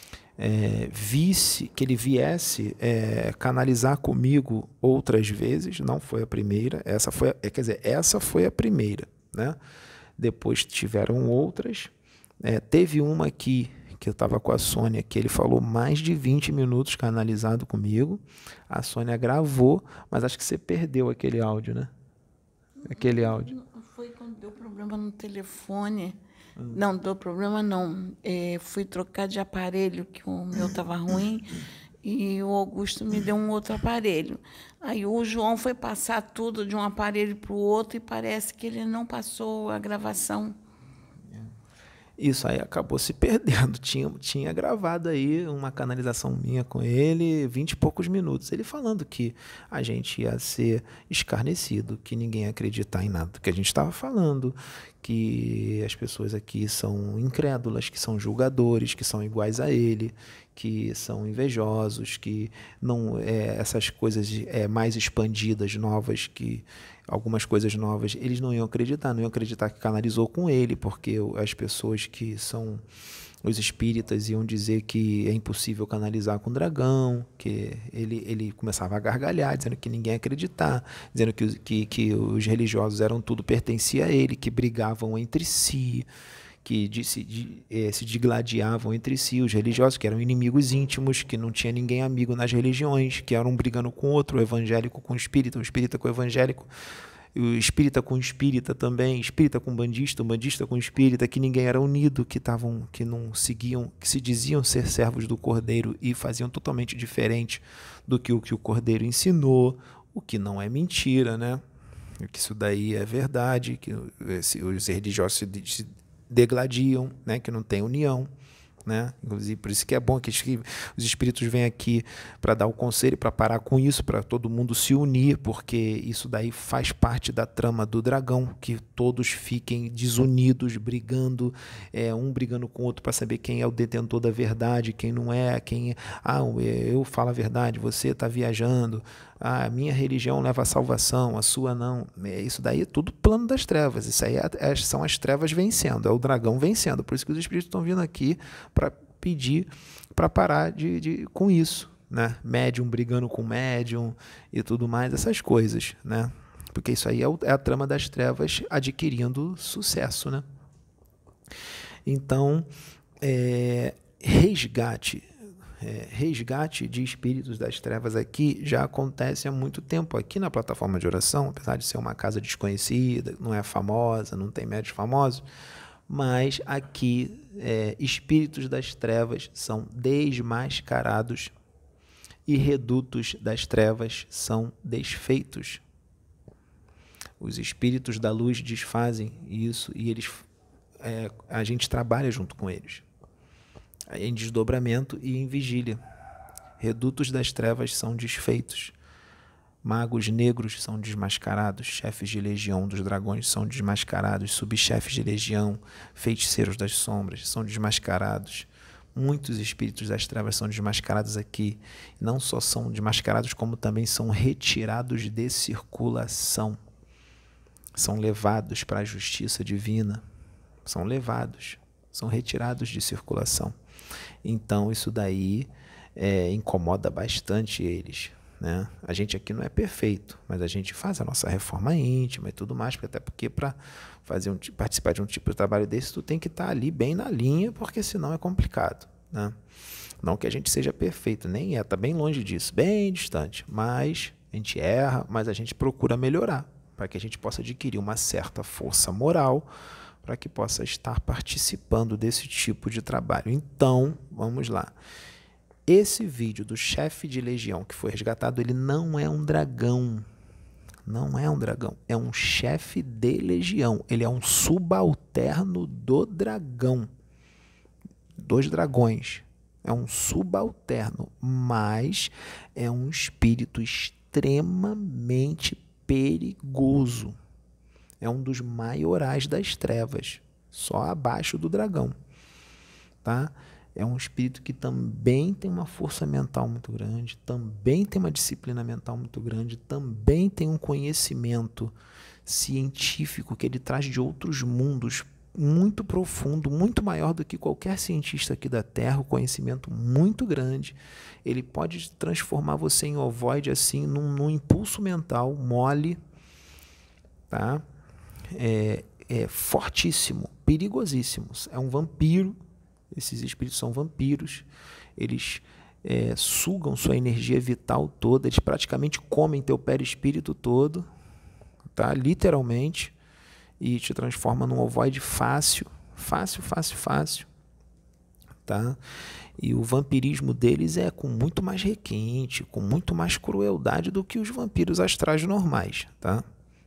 viesse canalizar comigo outras vezes, não foi a primeira, essa foi a primeira, né? Depois tiveram outras, teve uma aqui, que eu estava com a Sônia, que ele falou mais de 20 minutos canalizado comigo, a Sônia gravou, mas acho que você perdeu aquele áudio, né? Aquele áudio. Foi quando deu problema no telefone. Não, deu problema não. Fui trocar de aparelho, que o meu estava ruim, e o Augusto me deu um outro aparelho. Aí o João foi passar tudo de um aparelho para o outro e parece que ele não passou a gravação. Isso aí acabou se perdendo. Tinha gravado aí uma canalização minha com ele, 20 e poucos minutos. Ele falando que a gente ia ser escarnecido, que ninguém ia acreditar em nada do que a gente estava falando, que as pessoas aqui são incrédulas, que são julgadores, que são iguais a ele, que são invejosos, que não essas coisas mais expandidas, novas, que algumas coisas novas, eles não iam acreditar que canalizou com ele, porque as pessoas que são os espíritas iam dizer que é impossível canalizar com o dragão, que ele começava a gargalhar, dizendo que ninguém ia acreditar, dizendo que os religiosos eram tudo, pertencia a ele, que brigavam entre si, que se digladiavam entre si, os religiosos, que eram inimigos íntimos, que não tinha ninguém amigo nas religiões, que eram brigando com o outro, o evangélico com o espírita com o evangélico, o espírita com o espírita também, espírita com o bandista com o espírita, que ninguém era unido, que não seguiam, que se diziam ser servos do Cordeiro e faziam totalmente diferente do que o Cordeiro ensinou, o que não é mentira, né? Que isso daí é verdade, que os religiosos se degladiam, né? Que não tem união, né? Inclusive, por isso que é bom que os espíritos vêm aqui para dar o conselho, para parar com isso, para todo mundo se unir, porque isso daí faz parte da trama do dragão, que todos fiquem desunidos, brigando, um brigando com o outro para saber quem é o detentor da verdade, quem não é, eu falo a verdade, você está viajando, a minha religião leva a salvação, a sua não. Isso daí é tudo plano das trevas. Isso aí são as trevas vencendo, é o dragão vencendo. Por isso que os espíritos estão vindo aqui para pedir para parar com isso, né? Médium brigando com médium e tudo mais, essas coisas, né? Porque isso aí é a trama das trevas adquirindo sucesso, né? Então, resgate de espíritos das trevas aqui já acontece há muito tempo aqui na plataforma de oração, apesar de ser uma casa desconhecida, não é famosa, não tem médios famosos, mas aqui espíritos das trevas são desmascarados e redutos das trevas são desfeitos. Os espíritos da luz desfazem isso e a gente trabalha junto com eles, em desdobramento e em vigília. Redutos das trevas são desfeitos. Magos negros são desmascarados. Chefes de legião dos dragões são desmascarados. Subchefes de legião, feiticeiros das sombras são desmascarados. Muitos espíritos das trevas são desmascarados aqui. Não só são desmascarados, como também são retirados de circulação. São levados para a justiça divina. São retirados de circulação. Então, isso daí incomoda bastante eles, né? A gente aqui não é perfeito, mas a gente faz a nossa reforma íntima e tudo mais, até porque para participar de um tipo de trabalho desse, tu tem que estar ali bem na linha, porque senão é complicado, né? Não que a gente seja perfeito, nem está bem longe disso, bem distante, mas a gente erra, mas a gente procura melhorar, para que a gente possa adquirir uma certa força moral, para que possa estar participando desse tipo de trabalho. Então, vamos lá. Esse vídeo do chefe de legião que foi resgatado, ele não é um dragão. Não é um dragão. É um chefe de legião. Ele é um subalterno do dragão. Dos dragões. É um subalterno, mas é um espírito extremamente extremamente perigoso. É um dos maiorais das trevas, só abaixo do dragão, tá? É um espírito que também tem uma força mental muito grande, também tem uma disciplina mental muito grande, também tem um conhecimento científico que ele traz de outros mundos muito profundo, muito maior do que qualquer cientista aqui da Terra, um conhecimento muito grande. Ele pode transformar você em ovoide assim, num impulso mental mole, tá? É fortíssimo, perigosíssimo. É um vampiro. Esses espíritos são vampiros. Eles sugam sua energia vital toda. Eles praticamente comem teu perispírito todo, tá? Literalmente. E te transforma num ovoide fácil, tá? E o vampirismo deles é com muito mais requinte, com muito mais crueldade do que os vampiros astrais normais, tá?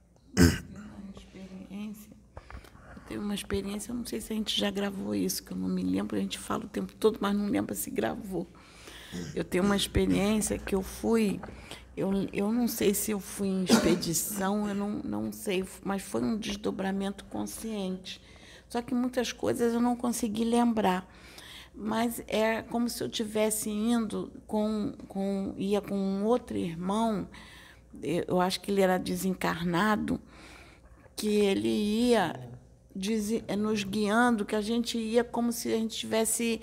Eu tenho uma experiência, eu não sei se a gente já gravou isso, que eu não me lembro, a gente fala o tempo todo, mas não lembro se gravou. Eu tenho uma experiência que eu fui... Eu não sei se eu fui em expedição, eu não sei, mas foi um desdobramento consciente. Só que muitas coisas eu não consegui lembrar. Mas é como se eu estivesse indo ia com um outro irmão, eu acho que ele era desencarnado, que ele ia nos guiando, que a gente ia como se a gente tivesse...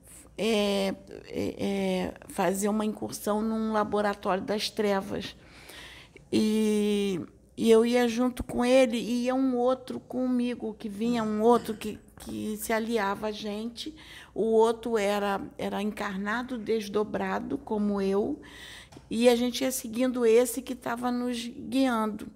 fazer uma incursão num laboratório das trevas. E eu ia junto com ele, e ia um outro comigo, que vinha um outro que se aliava a gente. O outro era encarnado, desdobrado, como eu, e a gente ia seguindo esse que estava nos guiando.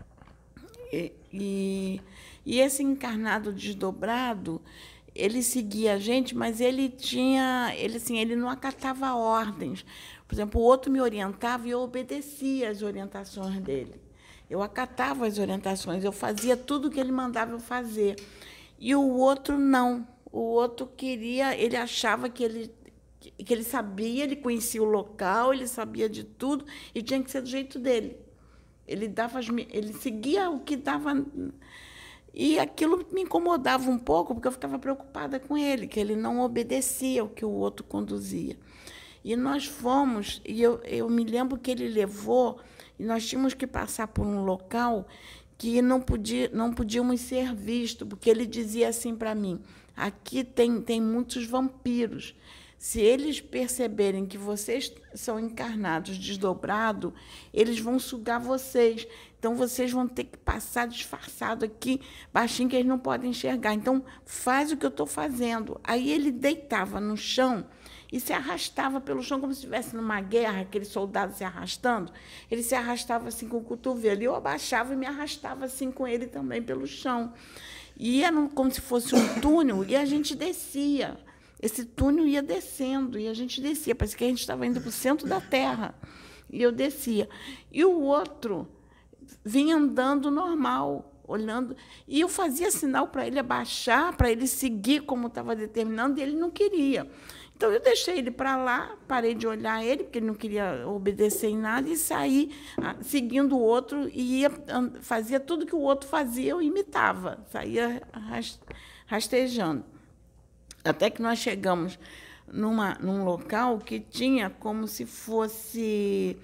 E esse encarnado desdobrado, ele seguia a gente, mas ele não acatava ordens. Por exemplo, o outro me orientava e eu obedecia às orientações dele. Eu acatava as orientações, eu fazia tudo o que ele mandava eu fazer. E o outro não. O outro ele achava que ele sabia, ele conhecia o local, ele sabia de tudo e tinha que ser do jeito dele. Ele seguia o que dava... E aquilo me incomodava um pouco, porque eu ficava preocupada com ele, que ele não obedecia o que o outro conduzia. E nós fomos, e eu me lembro que ele levou, e nós tínhamos que passar por um local que não podíamos ser vistos, porque ele dizia assim para mim, aqui tem muitos vampiros. Se eles perceberem que vocês são encarnados, desdobrados, eles vão sugar vocês. Então, vocês vão ter que passar disfarçado aqui, baixinho, que eles não podem enxergar. Então, faz o que eu estou fazendo. Aí ele deitava no chão e se arrastava pelo chão, como se estivesse numa guerra, aqueles soldados se arrastando. Ele se arrastava assim com o cotovelo. Eu abaixava e me arrastava assim com ele também pelo chão. E era como se fosse um túnel, e a gente descia. Esse túnel ia descendo, e a gente descia. Parecia que a gente estava indo para o centro da Terra. E eu descia. E o outro vinha andando normal, olhando. E eu fazia sinal para ele abaixar, para ele seguir como estava determinando, e ele não queria. Então, eu deixei ele para lá, parei de olhar ele, porque ele não queria obedecer em nada, e saí seguindo o outro, e fazia tudo que o outro fazia, eu imitava, saía rastejando. Até que nós chegamos num local que tinha como se fosse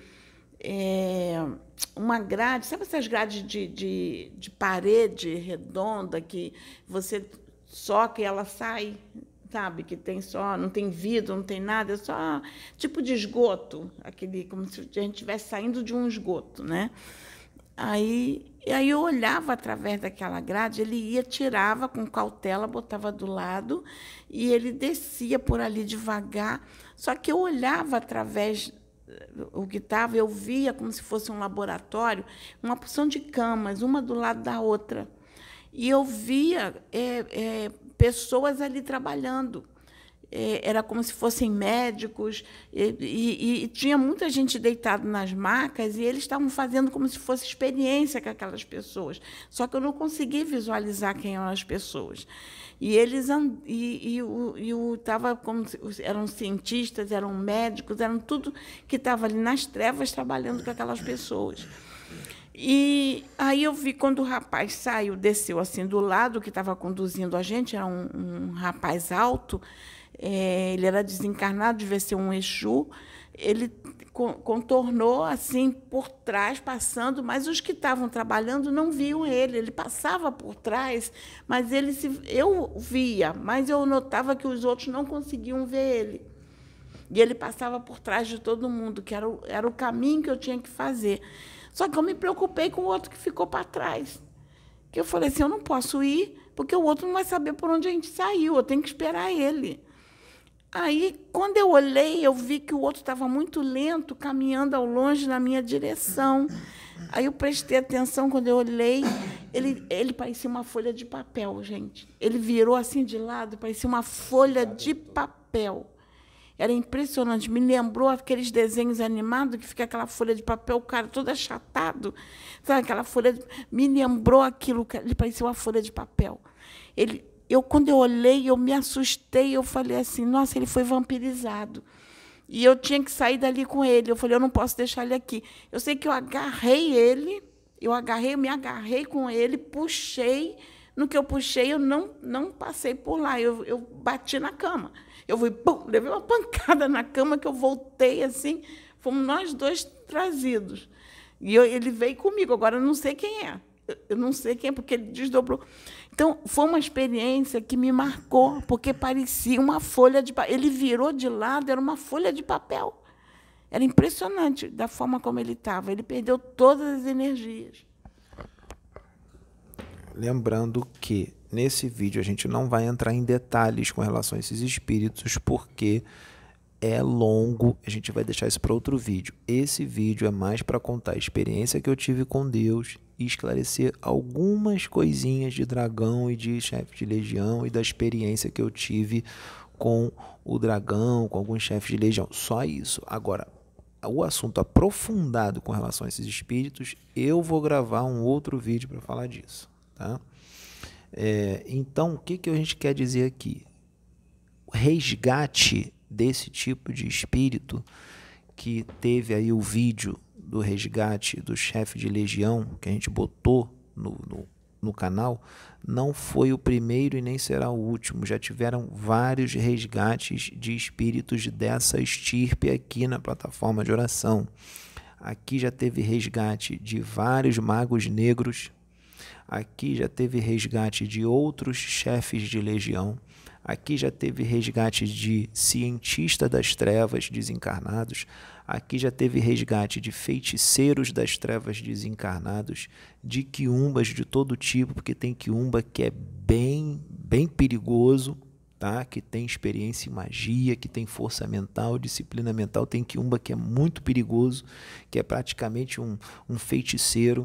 uma grade, sabe essas grades de parede redonda que você soca e ela sai, sabe? Que tem só, não tem vidro, não tem nada, é só tipo de esgoto, como se a gente estivesse saindo de um esgoto, né? Aí eu olhava através daquela grade, ele ia, tirava com cautela, botava do lado, e ele descia por ali devagar. Só que eu olhava através o que estava, eu via como se fosse um laboratório, uma porção de camas, uma do lado da outra. E eu via pessoas ali trabalhando. era como se fossem médicos, e tinha muita gente deitada nas macas, e eles estavam fazendo como se fosse experiência com aquelas pessoas. Só que eu não consegui visualizar quem eram as pessoas. E eles tava como eram cientistas, eram médicos, eram tudo que estava ali nas trevas trabalhando com aquelas pessoas. E aí eu vi quando o rapaz saiu, desceu assim do lado que estava conduzindo a gente, era um rapaz alto, ele era desencarnado, devia ser um Exu. Ele contornou assim por trás, passando, mas os que estavam trabalhando não viam ele. Ele passava por trás, mas eu via, mas eu notava que os outros não conseguiam ver ele. E ele passava por trás de todo mundo, que era o caminho que eu tinha que fazer. Só que eu me preocupei com o outro que ficou para trás. Que eu falei assim, eu não posso ir, porque o outro não vai saber por onde a gente saiu, eu tenho que esperar ele. Aí, quando eu olhei, eu vi que o outro estava muito lento, caminhando ao longe na minha direção. Aí eu prestei atenção, quando eu olhei, ele parecia uma folha de papel, gente. Ele virou assim de lado, parecia uma folha de papel. Era impressionante, me lembrou aqueles desenhos animados que fica aquela folha de papel, o cara todo achatado, sabe, aquela folha, me lembrou aquilo, ele parecia uma folha de papel. Quando eu olhei, eu me assustei, eu falei assim, nossa, ele foi vampirizado. E eu tinha que sair dali com ele. Eu falei, eu não posso deixar ele aqui. Eu sei que eu agarrei ele, eu me agarrei com ele, puxei. No que eu puxei, eu não passei por lá, eu bati na cama. Eu fui, pum, levei uma pancada na cama, que eu voltei assim, fomos nós dois trazidos. E ele veio comigo, agora eu não sei quem é. Eu não sei quem é, porque ele desdobrou. Então, foi uma experiência que me marcou, porque parecia uma folha de papel. Ele virou de lado, era uma folha de papel. Era impressionante da forma como ele estava. Ele perdeu todas as energias. Lembrando que, nesse vídeo, a gente não vai entrar em detalhes com relação a esses espíritos, porque é longo, a gente vai deixar isso para outro vídeo. Esse vídeo é mais para contar a experiência que eu tive com Deus e esclarecer algumas coisinhas de dragão e de chefe de legião e da experiência que eu tive com o dragão, com alguns chefes de legião. Só isso. Agora, o assunto aprofundado com relação a esses espíritos, eu vou gravar um outro vídeo para falar disso. Tá? Então, o que a gente quer dizer aqui? O resgate desse tipo de espírito, que teve aí o vídeo do resgate do chefe de legião, que a gente botou no canal, não foi o primeiro e nem será o último. Já tiveram vários resgates de espíritos dessa estirpe aqui na plataforma de oração. Aqui já teve resgate de vários magos negros. Aqui já teve resgate de outros chefes de legião. Aqui já teve resgate de cientistas das trevas desencarnados. Aqui já teve resgate de feiticeiros das trevas desencarnados, de quiumbas de todo tipo, porque tem quiumba que é bem perigoso, tá? Que tem experiência em magia, que tem força mental, disciplina mental. Tem quiumba que é muito perigoso, que é praticamente um feiticeiro.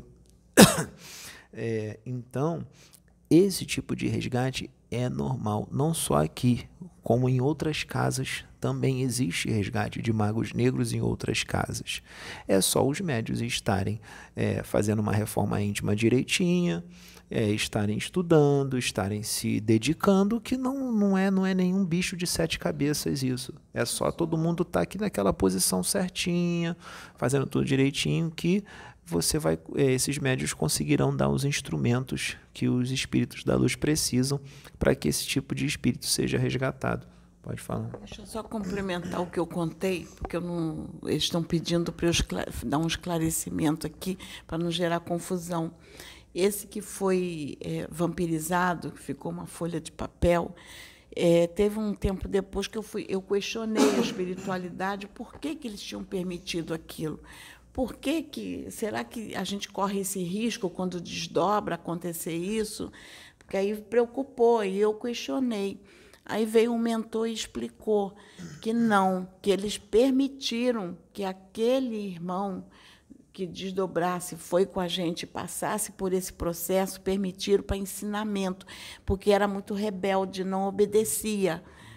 Então, esse tipo de resgate é normal, não só aqui, como em outras casas também existe resgate de magos negros em outras casas. É só os médiuns estarem fazendo uma reforma íntima direitinha, estarem estudando, estarem se dedicando, que não é nenhum bicho de 7 cabeças isso. É só todo mundo estar aqui naquela posição certinha, fazendo tudo direitinho, que esses médiuns conseguirão dar os instrumentos que os espíritos da luz precisam para que esse tipo de espírito seja resgatado. Pode falar. Deixa eu só complementar o que eu contei, porque eles estão pedindo para eu dar um esclarecimento aqui, para não gerar confusão. Esse que foi vampirizado, que ficou uma folha de papel, teve um tempo depois que eu questionei a espiritualidade, por que eles tinham permitido aquilo. Será que a gente corre esse risco quando desdobra acontecer isso? Porque aí preocupou e eu questionei. Aí veio um mentor e explicou que não, que eles permitiram que aquele irmão que desdobrasse, foi com a gente, passasse por esse processo, permitiram para ensinamento, porque era muito rebelde, não obedecia.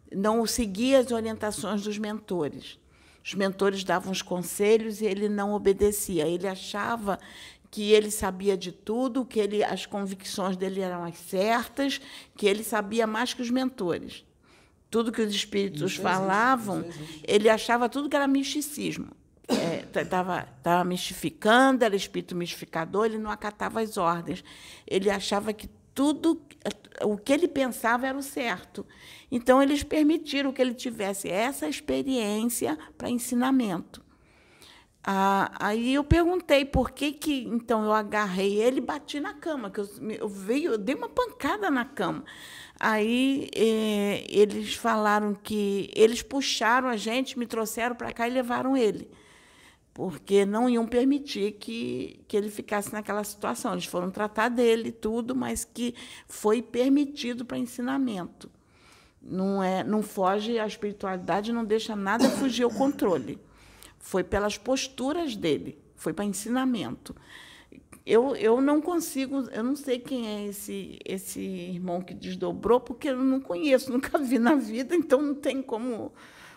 não seguia as orientações dos mentores. Os mentores davam os conselhos e ele não obedecia. Ele achava que ele sabia de tudo, que as convicções dele eram as certas, que ele sabia mais que os mentores. Tudo que os espíritos falavam, ele achava tudo que era misticismo. Estava mistificando, era espírito mistificador, ele não acatava as ordens. Ele achava que tudo, o que ele pensava era o certo. Então, eles permitiram que ele tivesse essa experiência para ensinamento. Aí eu perguntei por que então eu agarrei ele e bati na cama, que eu dei uma pancada na cama. Aí eles falaram que eles puxaram a gente, me trouxeram para cá e levaram ele, porque não iam permitir que ele ficasse naquela situação. Eles foram tratar dele tudo, mas que foi permitido para ensinamento. Não foge, a espiritualidade não deixa nada fugir ao controle. Foi pelas posturas dele, foi para ensinamento. Eu não consigo, eu não sei quem é esse irmão que desdobrou, porque eu não conheço, nunca vi na vida, então não tem como...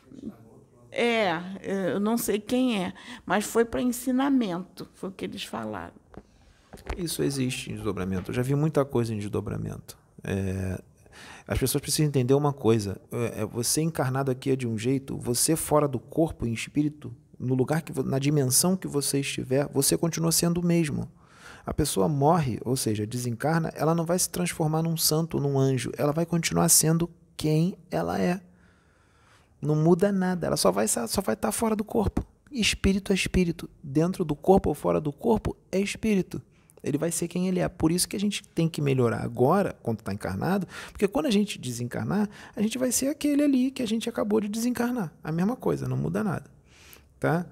eu não sei quem é, mas foi para ensinamento, foi o que eles falaram. Isso existe em desdobramento. Eu já vi muita coisa em desdobramento. As pessoas precisam entender uma coisa. Você encarnado aqui é de um jeito, você fora do corpo, em espírito, no lugar, na dimensão que você estiver, você continua sendo o mesmo. A pessoa morre, ou seja, desencarna, ela não vai se transformar num santo, num anjo. Ela vai continuar sendo quem ela é. Não muda nada. Ela só vai estar fora do corpo. Espírito é espírito. Dentro do corpo ou fora do corpo é espírito. Ele vai ser quem ele é. Por isso que a gente tem que melhorar agora, quando está encarnado, porque quando a gente desencarnar, a gente vai ser aquele ali que a gente acabou de desencarnar. A mesma coisa, não muda nada. Tá?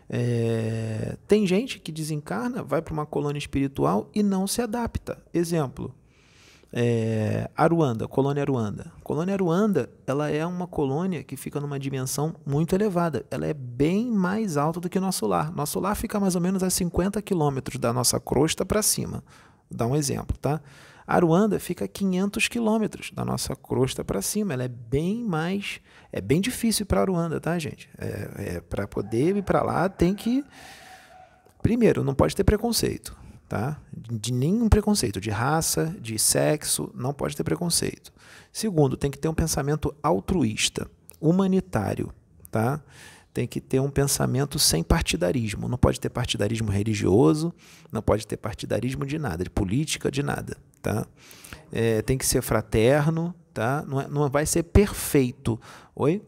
Tem gente que desencarna, vai para uma colônia espiritual e não se adapta. Exemplo, Aruanda, colônia Aruanda. Colônia Aruanda, ela é uma colônia que fica numa dimensão muito elevada. Ela é bem mais alta do que nosso lar. Nosso lar fica mais ou menos a 50 quilômetros da nossa crosta para cima. Vou dar um exemplo, tá? Aruanda fica a 500 quilômetros da nossa crosta para cima. Ela é bem mais... É bem difícil para Aruanda, tá, gente? Para poder ir para lá, tem que... Primeiro, não pode ter preconceito, tá? De nenhum preconceito, de raça, de sexo, não pode ter preconceito. Segundo, tem que ter um pensamento altruísta, humanitário, tá? Tem que ter um pensamento sem partidarismo. Não pode ter partidarismo religioso, não pode ter partidarismo de nada, de política, de nada, tá? Tem que ser fraterno, tá? Não vai ser perfeito. Oi?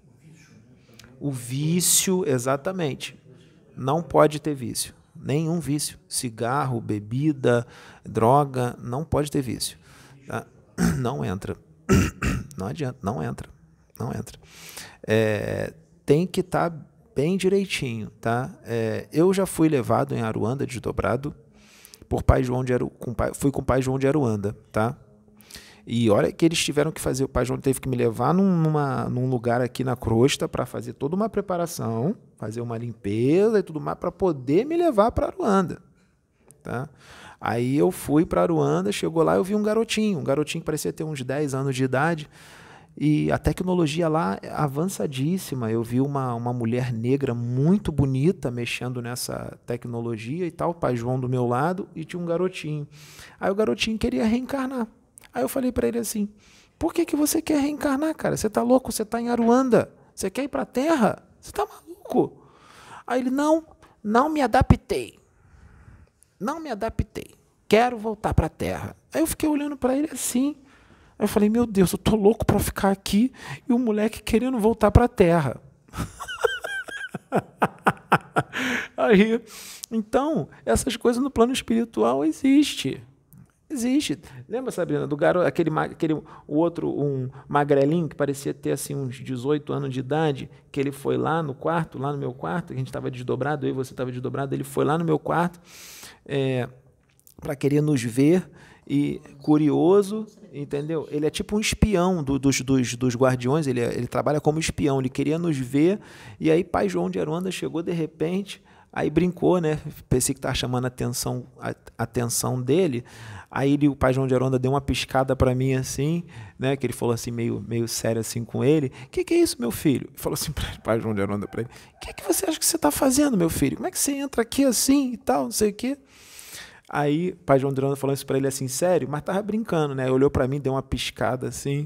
O vício, exatamente. Não pode ter vício. Nenhum vício. Cigarro, bebida, droga, não pode ter vício. Tá? Não entra. Não adianta, não entra. Não entra. Tem que estar bem direitinho, tá? Eu já fui levado em Aruanda desdobrado por Pai João fui com o Pai João de Aruanda, tá? E olha que eles tiveram que fazer, o Pai João teve que me levar num lugar aqui na crosta para fazer toda uma preparação, fazer uma limpeza e tudo mais para poder me levar para Aruanda, tá? Aí eu fui para Aruanda, chegou lá, eu vi um garotinho que parecia ter uns 10 anos de idade. E a tecnologia lá é avançadíssima. Eu vi uma mulher negra muito bonita mexendo nessa tecnologia e tal, o Pai João do meu lado, e tinha um garotinho. Aí o garotinho queria reencarnar. Aí eu falei para ele assim, por que você quer reencarnar, cara? Você tá louco? Você tá em Aruanda? Você quer ir para a Terra? Você tá maluco? Aí ele, não me adaptei. Não me adaptei. Quero voltar para a Terra. Aí eu fiquei olhando para ele assim. Aí eu falei, meu Deus, eu tô louco para ficar aqui e o moleque querendo voltar para a Terra. Aí, então, essas coisas no plano espiritual existem. Existe. Lembra, Sabrina, do garoto, o outro, um magrelinho que parecia ter assim uns 18 anos de idade, que ele foi lá no quarto, lá no meu quarto, que a gente estava desdobrado, eu e você estava desdobrado, ele foi lá no meu quarto para querer nos ver. e curioso, entendeu? Ele é tipo um espião dos guardiões, ele trabalha como espião, ele queria nos ver, e aí Pai João de Aruanda chegou de repente, aí brincou, né? Pensei que estava chamando a atenção dele, aí o Pai João de Aruanda deu uma piscada para mim assim, né? Que ele falou assim, meio sério assim com ele, que é isso, meu filho? Ele falou assim para Pai João de Aruanda para ele, o que você acha que você está fazendo, meu filho? Como é que você entra aqui assim e tal, não sei o quê? Aí, o Pai João de Aruanda falou isso para ele assim, sério, mas tava brincando, né? Olhou para mim, deu uma piscada assim.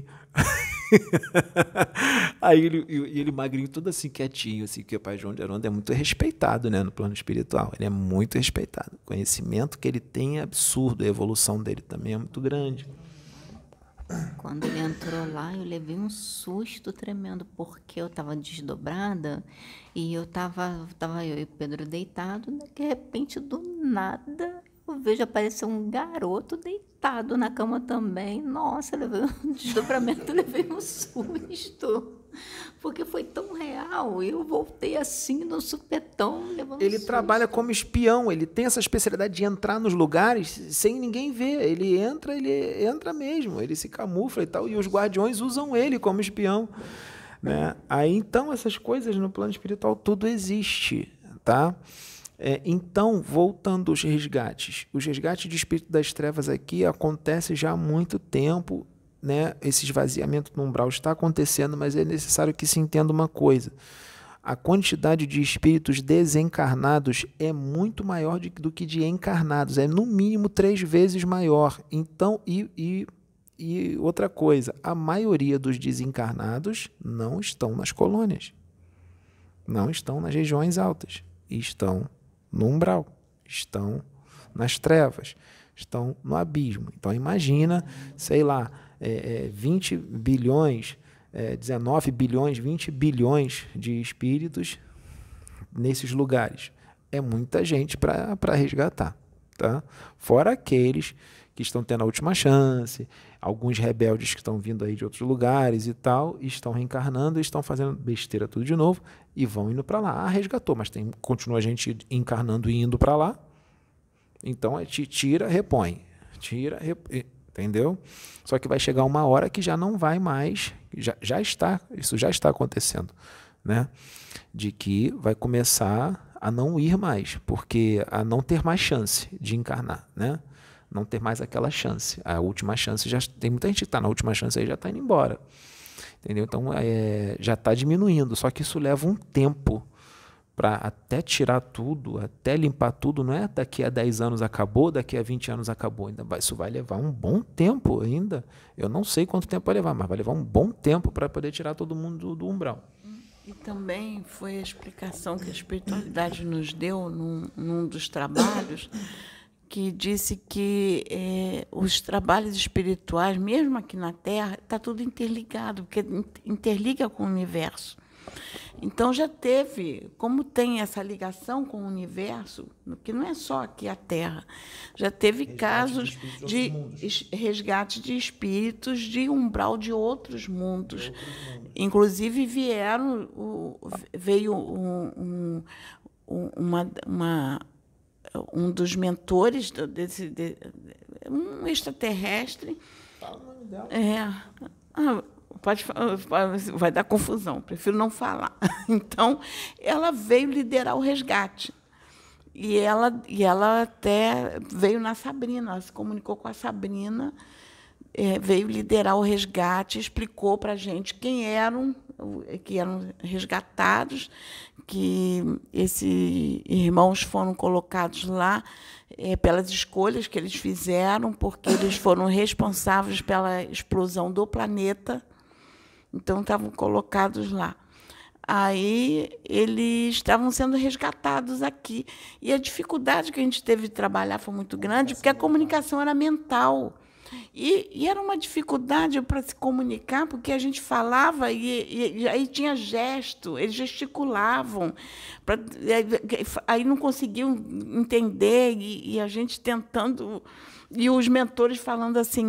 Aí ele magrinho, tudo assim, quietinho, assim, que o Pai João de Aruanda é muito respeitado, né, no plano espiritual. Ele é muito respeitado. O conhecimento que ele tem é absurdo, a evolução dele também é muito grande. Quando ele entrou lá, eu levei um susto tremendo, porque eu estava desdobrada e eu estava eu e o Pedro deitado, de repente, do nada, eu vejo aparecer um garoto deitado na cama também. Nossa, eu levei um desdobramento, eu levei um susto, porque foi tão real. Eu voltei assim, no supetão, levando Ele susto. trabalha como espião, ele tem essa especialidade de entrar nos lugares sem ninguém ver. Ele entra mesmo, ele se camufla e tal, e os guardiões usam ele como espião, né? Aí, então, essas coisas no plano espiritual, tudo existe, tá? Então, voltando aos resgates. Os resgates de espírito das trevas aqui acontecem já há muito tempo, né? Esse esvaziamento no umbral está acontecendo, mas é necessário que se entenda uma coisa. A quantidade de espíritos desencarnados é muito maior do que de encarnados. É no mínimo 3 vezes maior. Então, e outra coisa, a maioria dos desencarnados não estão nas colônias. Não estão nas regiões altas. Estão no umbral. Estão nas trevas. Estão no abismo. Então, imagina, sei lá, 20 bilhões... 19 bilhões, 20 bilhões de espíritos nesses lugares. É muita gente para resgatar. Tá? Fora aqueles que estão tendo a última chance, alguns rebeldes que estão vindo aí de outros lugares e tal, estão reencarnando, estão fazendo besteira tudo de novo e vão indo para lá. Resgatou, mas continua a gente encarnando e indo para lá. Então, tira, repõe. Tira, repõe. Entendeu? Só que vai chegar uma hora que já não vai mais, isso já está acontecendo, né? De que vai começar a não ir mais, porque a não ter mais chance de encarnar, né? Não ter mais aquela chance. A última chance, já tem muita gente que está na última chance aí, já está indo embora. Entendeu? Então, já está diminuindo, só que isso leva um tempo para até tirar tudo, até limpar tudo, não é daqui a 10 anos acabou, daqui a 20 anos acabou, isso vai levar um bom tempo ainda, eu não sei quanto tempo vai levar, mas vai levar um bom tempo para poder tirar todo mundo do umbral. E também foi a explicação que a espiritualidade nos deu num dos trabalhos, que disse que os trabalhos espirituais, mesmo aqui na Terra, está tudo interligado, porque interliga com o universo. Então, já teve, como tem essa ligação com o universo, que não é só aqui a Terra, já teve casos de resgate de espíritos de umbral de outros mundos. Inclusive, veio um dos mentores, um extraterrestre. Fala o nome dela. Vai dar confusão, prefiro não falar. Então, ela veio liderar o resgate. E ela até veio na Sabrina, ela se comunicou com a Sabrina, veio liderar o resgate, explicou para a gente quem eram, que eram resgatados, que esses irmãos foram colocados lá pelas escolhas que eles fizeram, porque eles foram responsáveis pela explosão do planeta. Então, estavam colocados lá. Aí, eles estavam sendo resgatados aqui. E a dificuldade que a gente teve de trabalhar foi muito grande, porque a comunicação era mental. E era uma dificuldade para se comunicar, porque a gente falava e aí tinha gesto, eles gesticulavam, aí não conseguiam entender, e a gente tentando, e os mentores falando assim,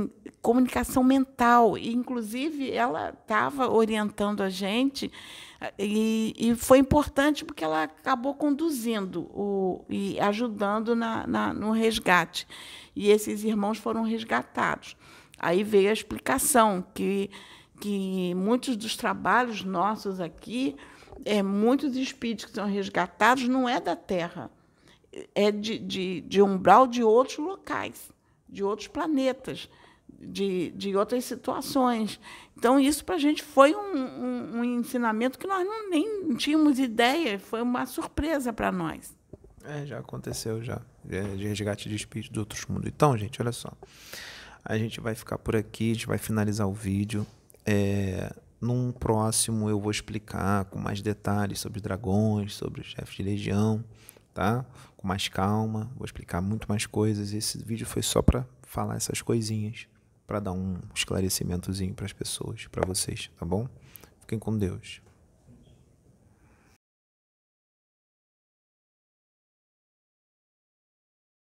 comunicação mental. E, inclusive, ela estava orientando a gente, e foi importante porque ela acabou conduzindo e ajudando no resgate. E esses irmãos foram resgatados. Aí veio a explicação que muitos dos trabalhos nossos aqui, muitos espíritos que são resgatados não é da Terra, é de umbral de outros locais, de outros planetas, de outras situações. Então, isso para a gente foi um ensinamento que nós nem tínhamos ideia, foi uma surpresa para nós. Já aconteceu já, de resgate de espíritos de outros mundos. Então, gente, olha só. A gente vai ficar por aqui, a gente vai finalizar o vídeo. Num próximo eu vou explicar com mais detalhes sobre dragões, sobre os chefes de legião, tá? Com mais calma, vou explicar muito mais coisas. Esse vídeo foi só para falar essas coisinhas, para dar um esclarecimentozinho para as pessoas, para vocês, tá bom? Fiquem com Deus.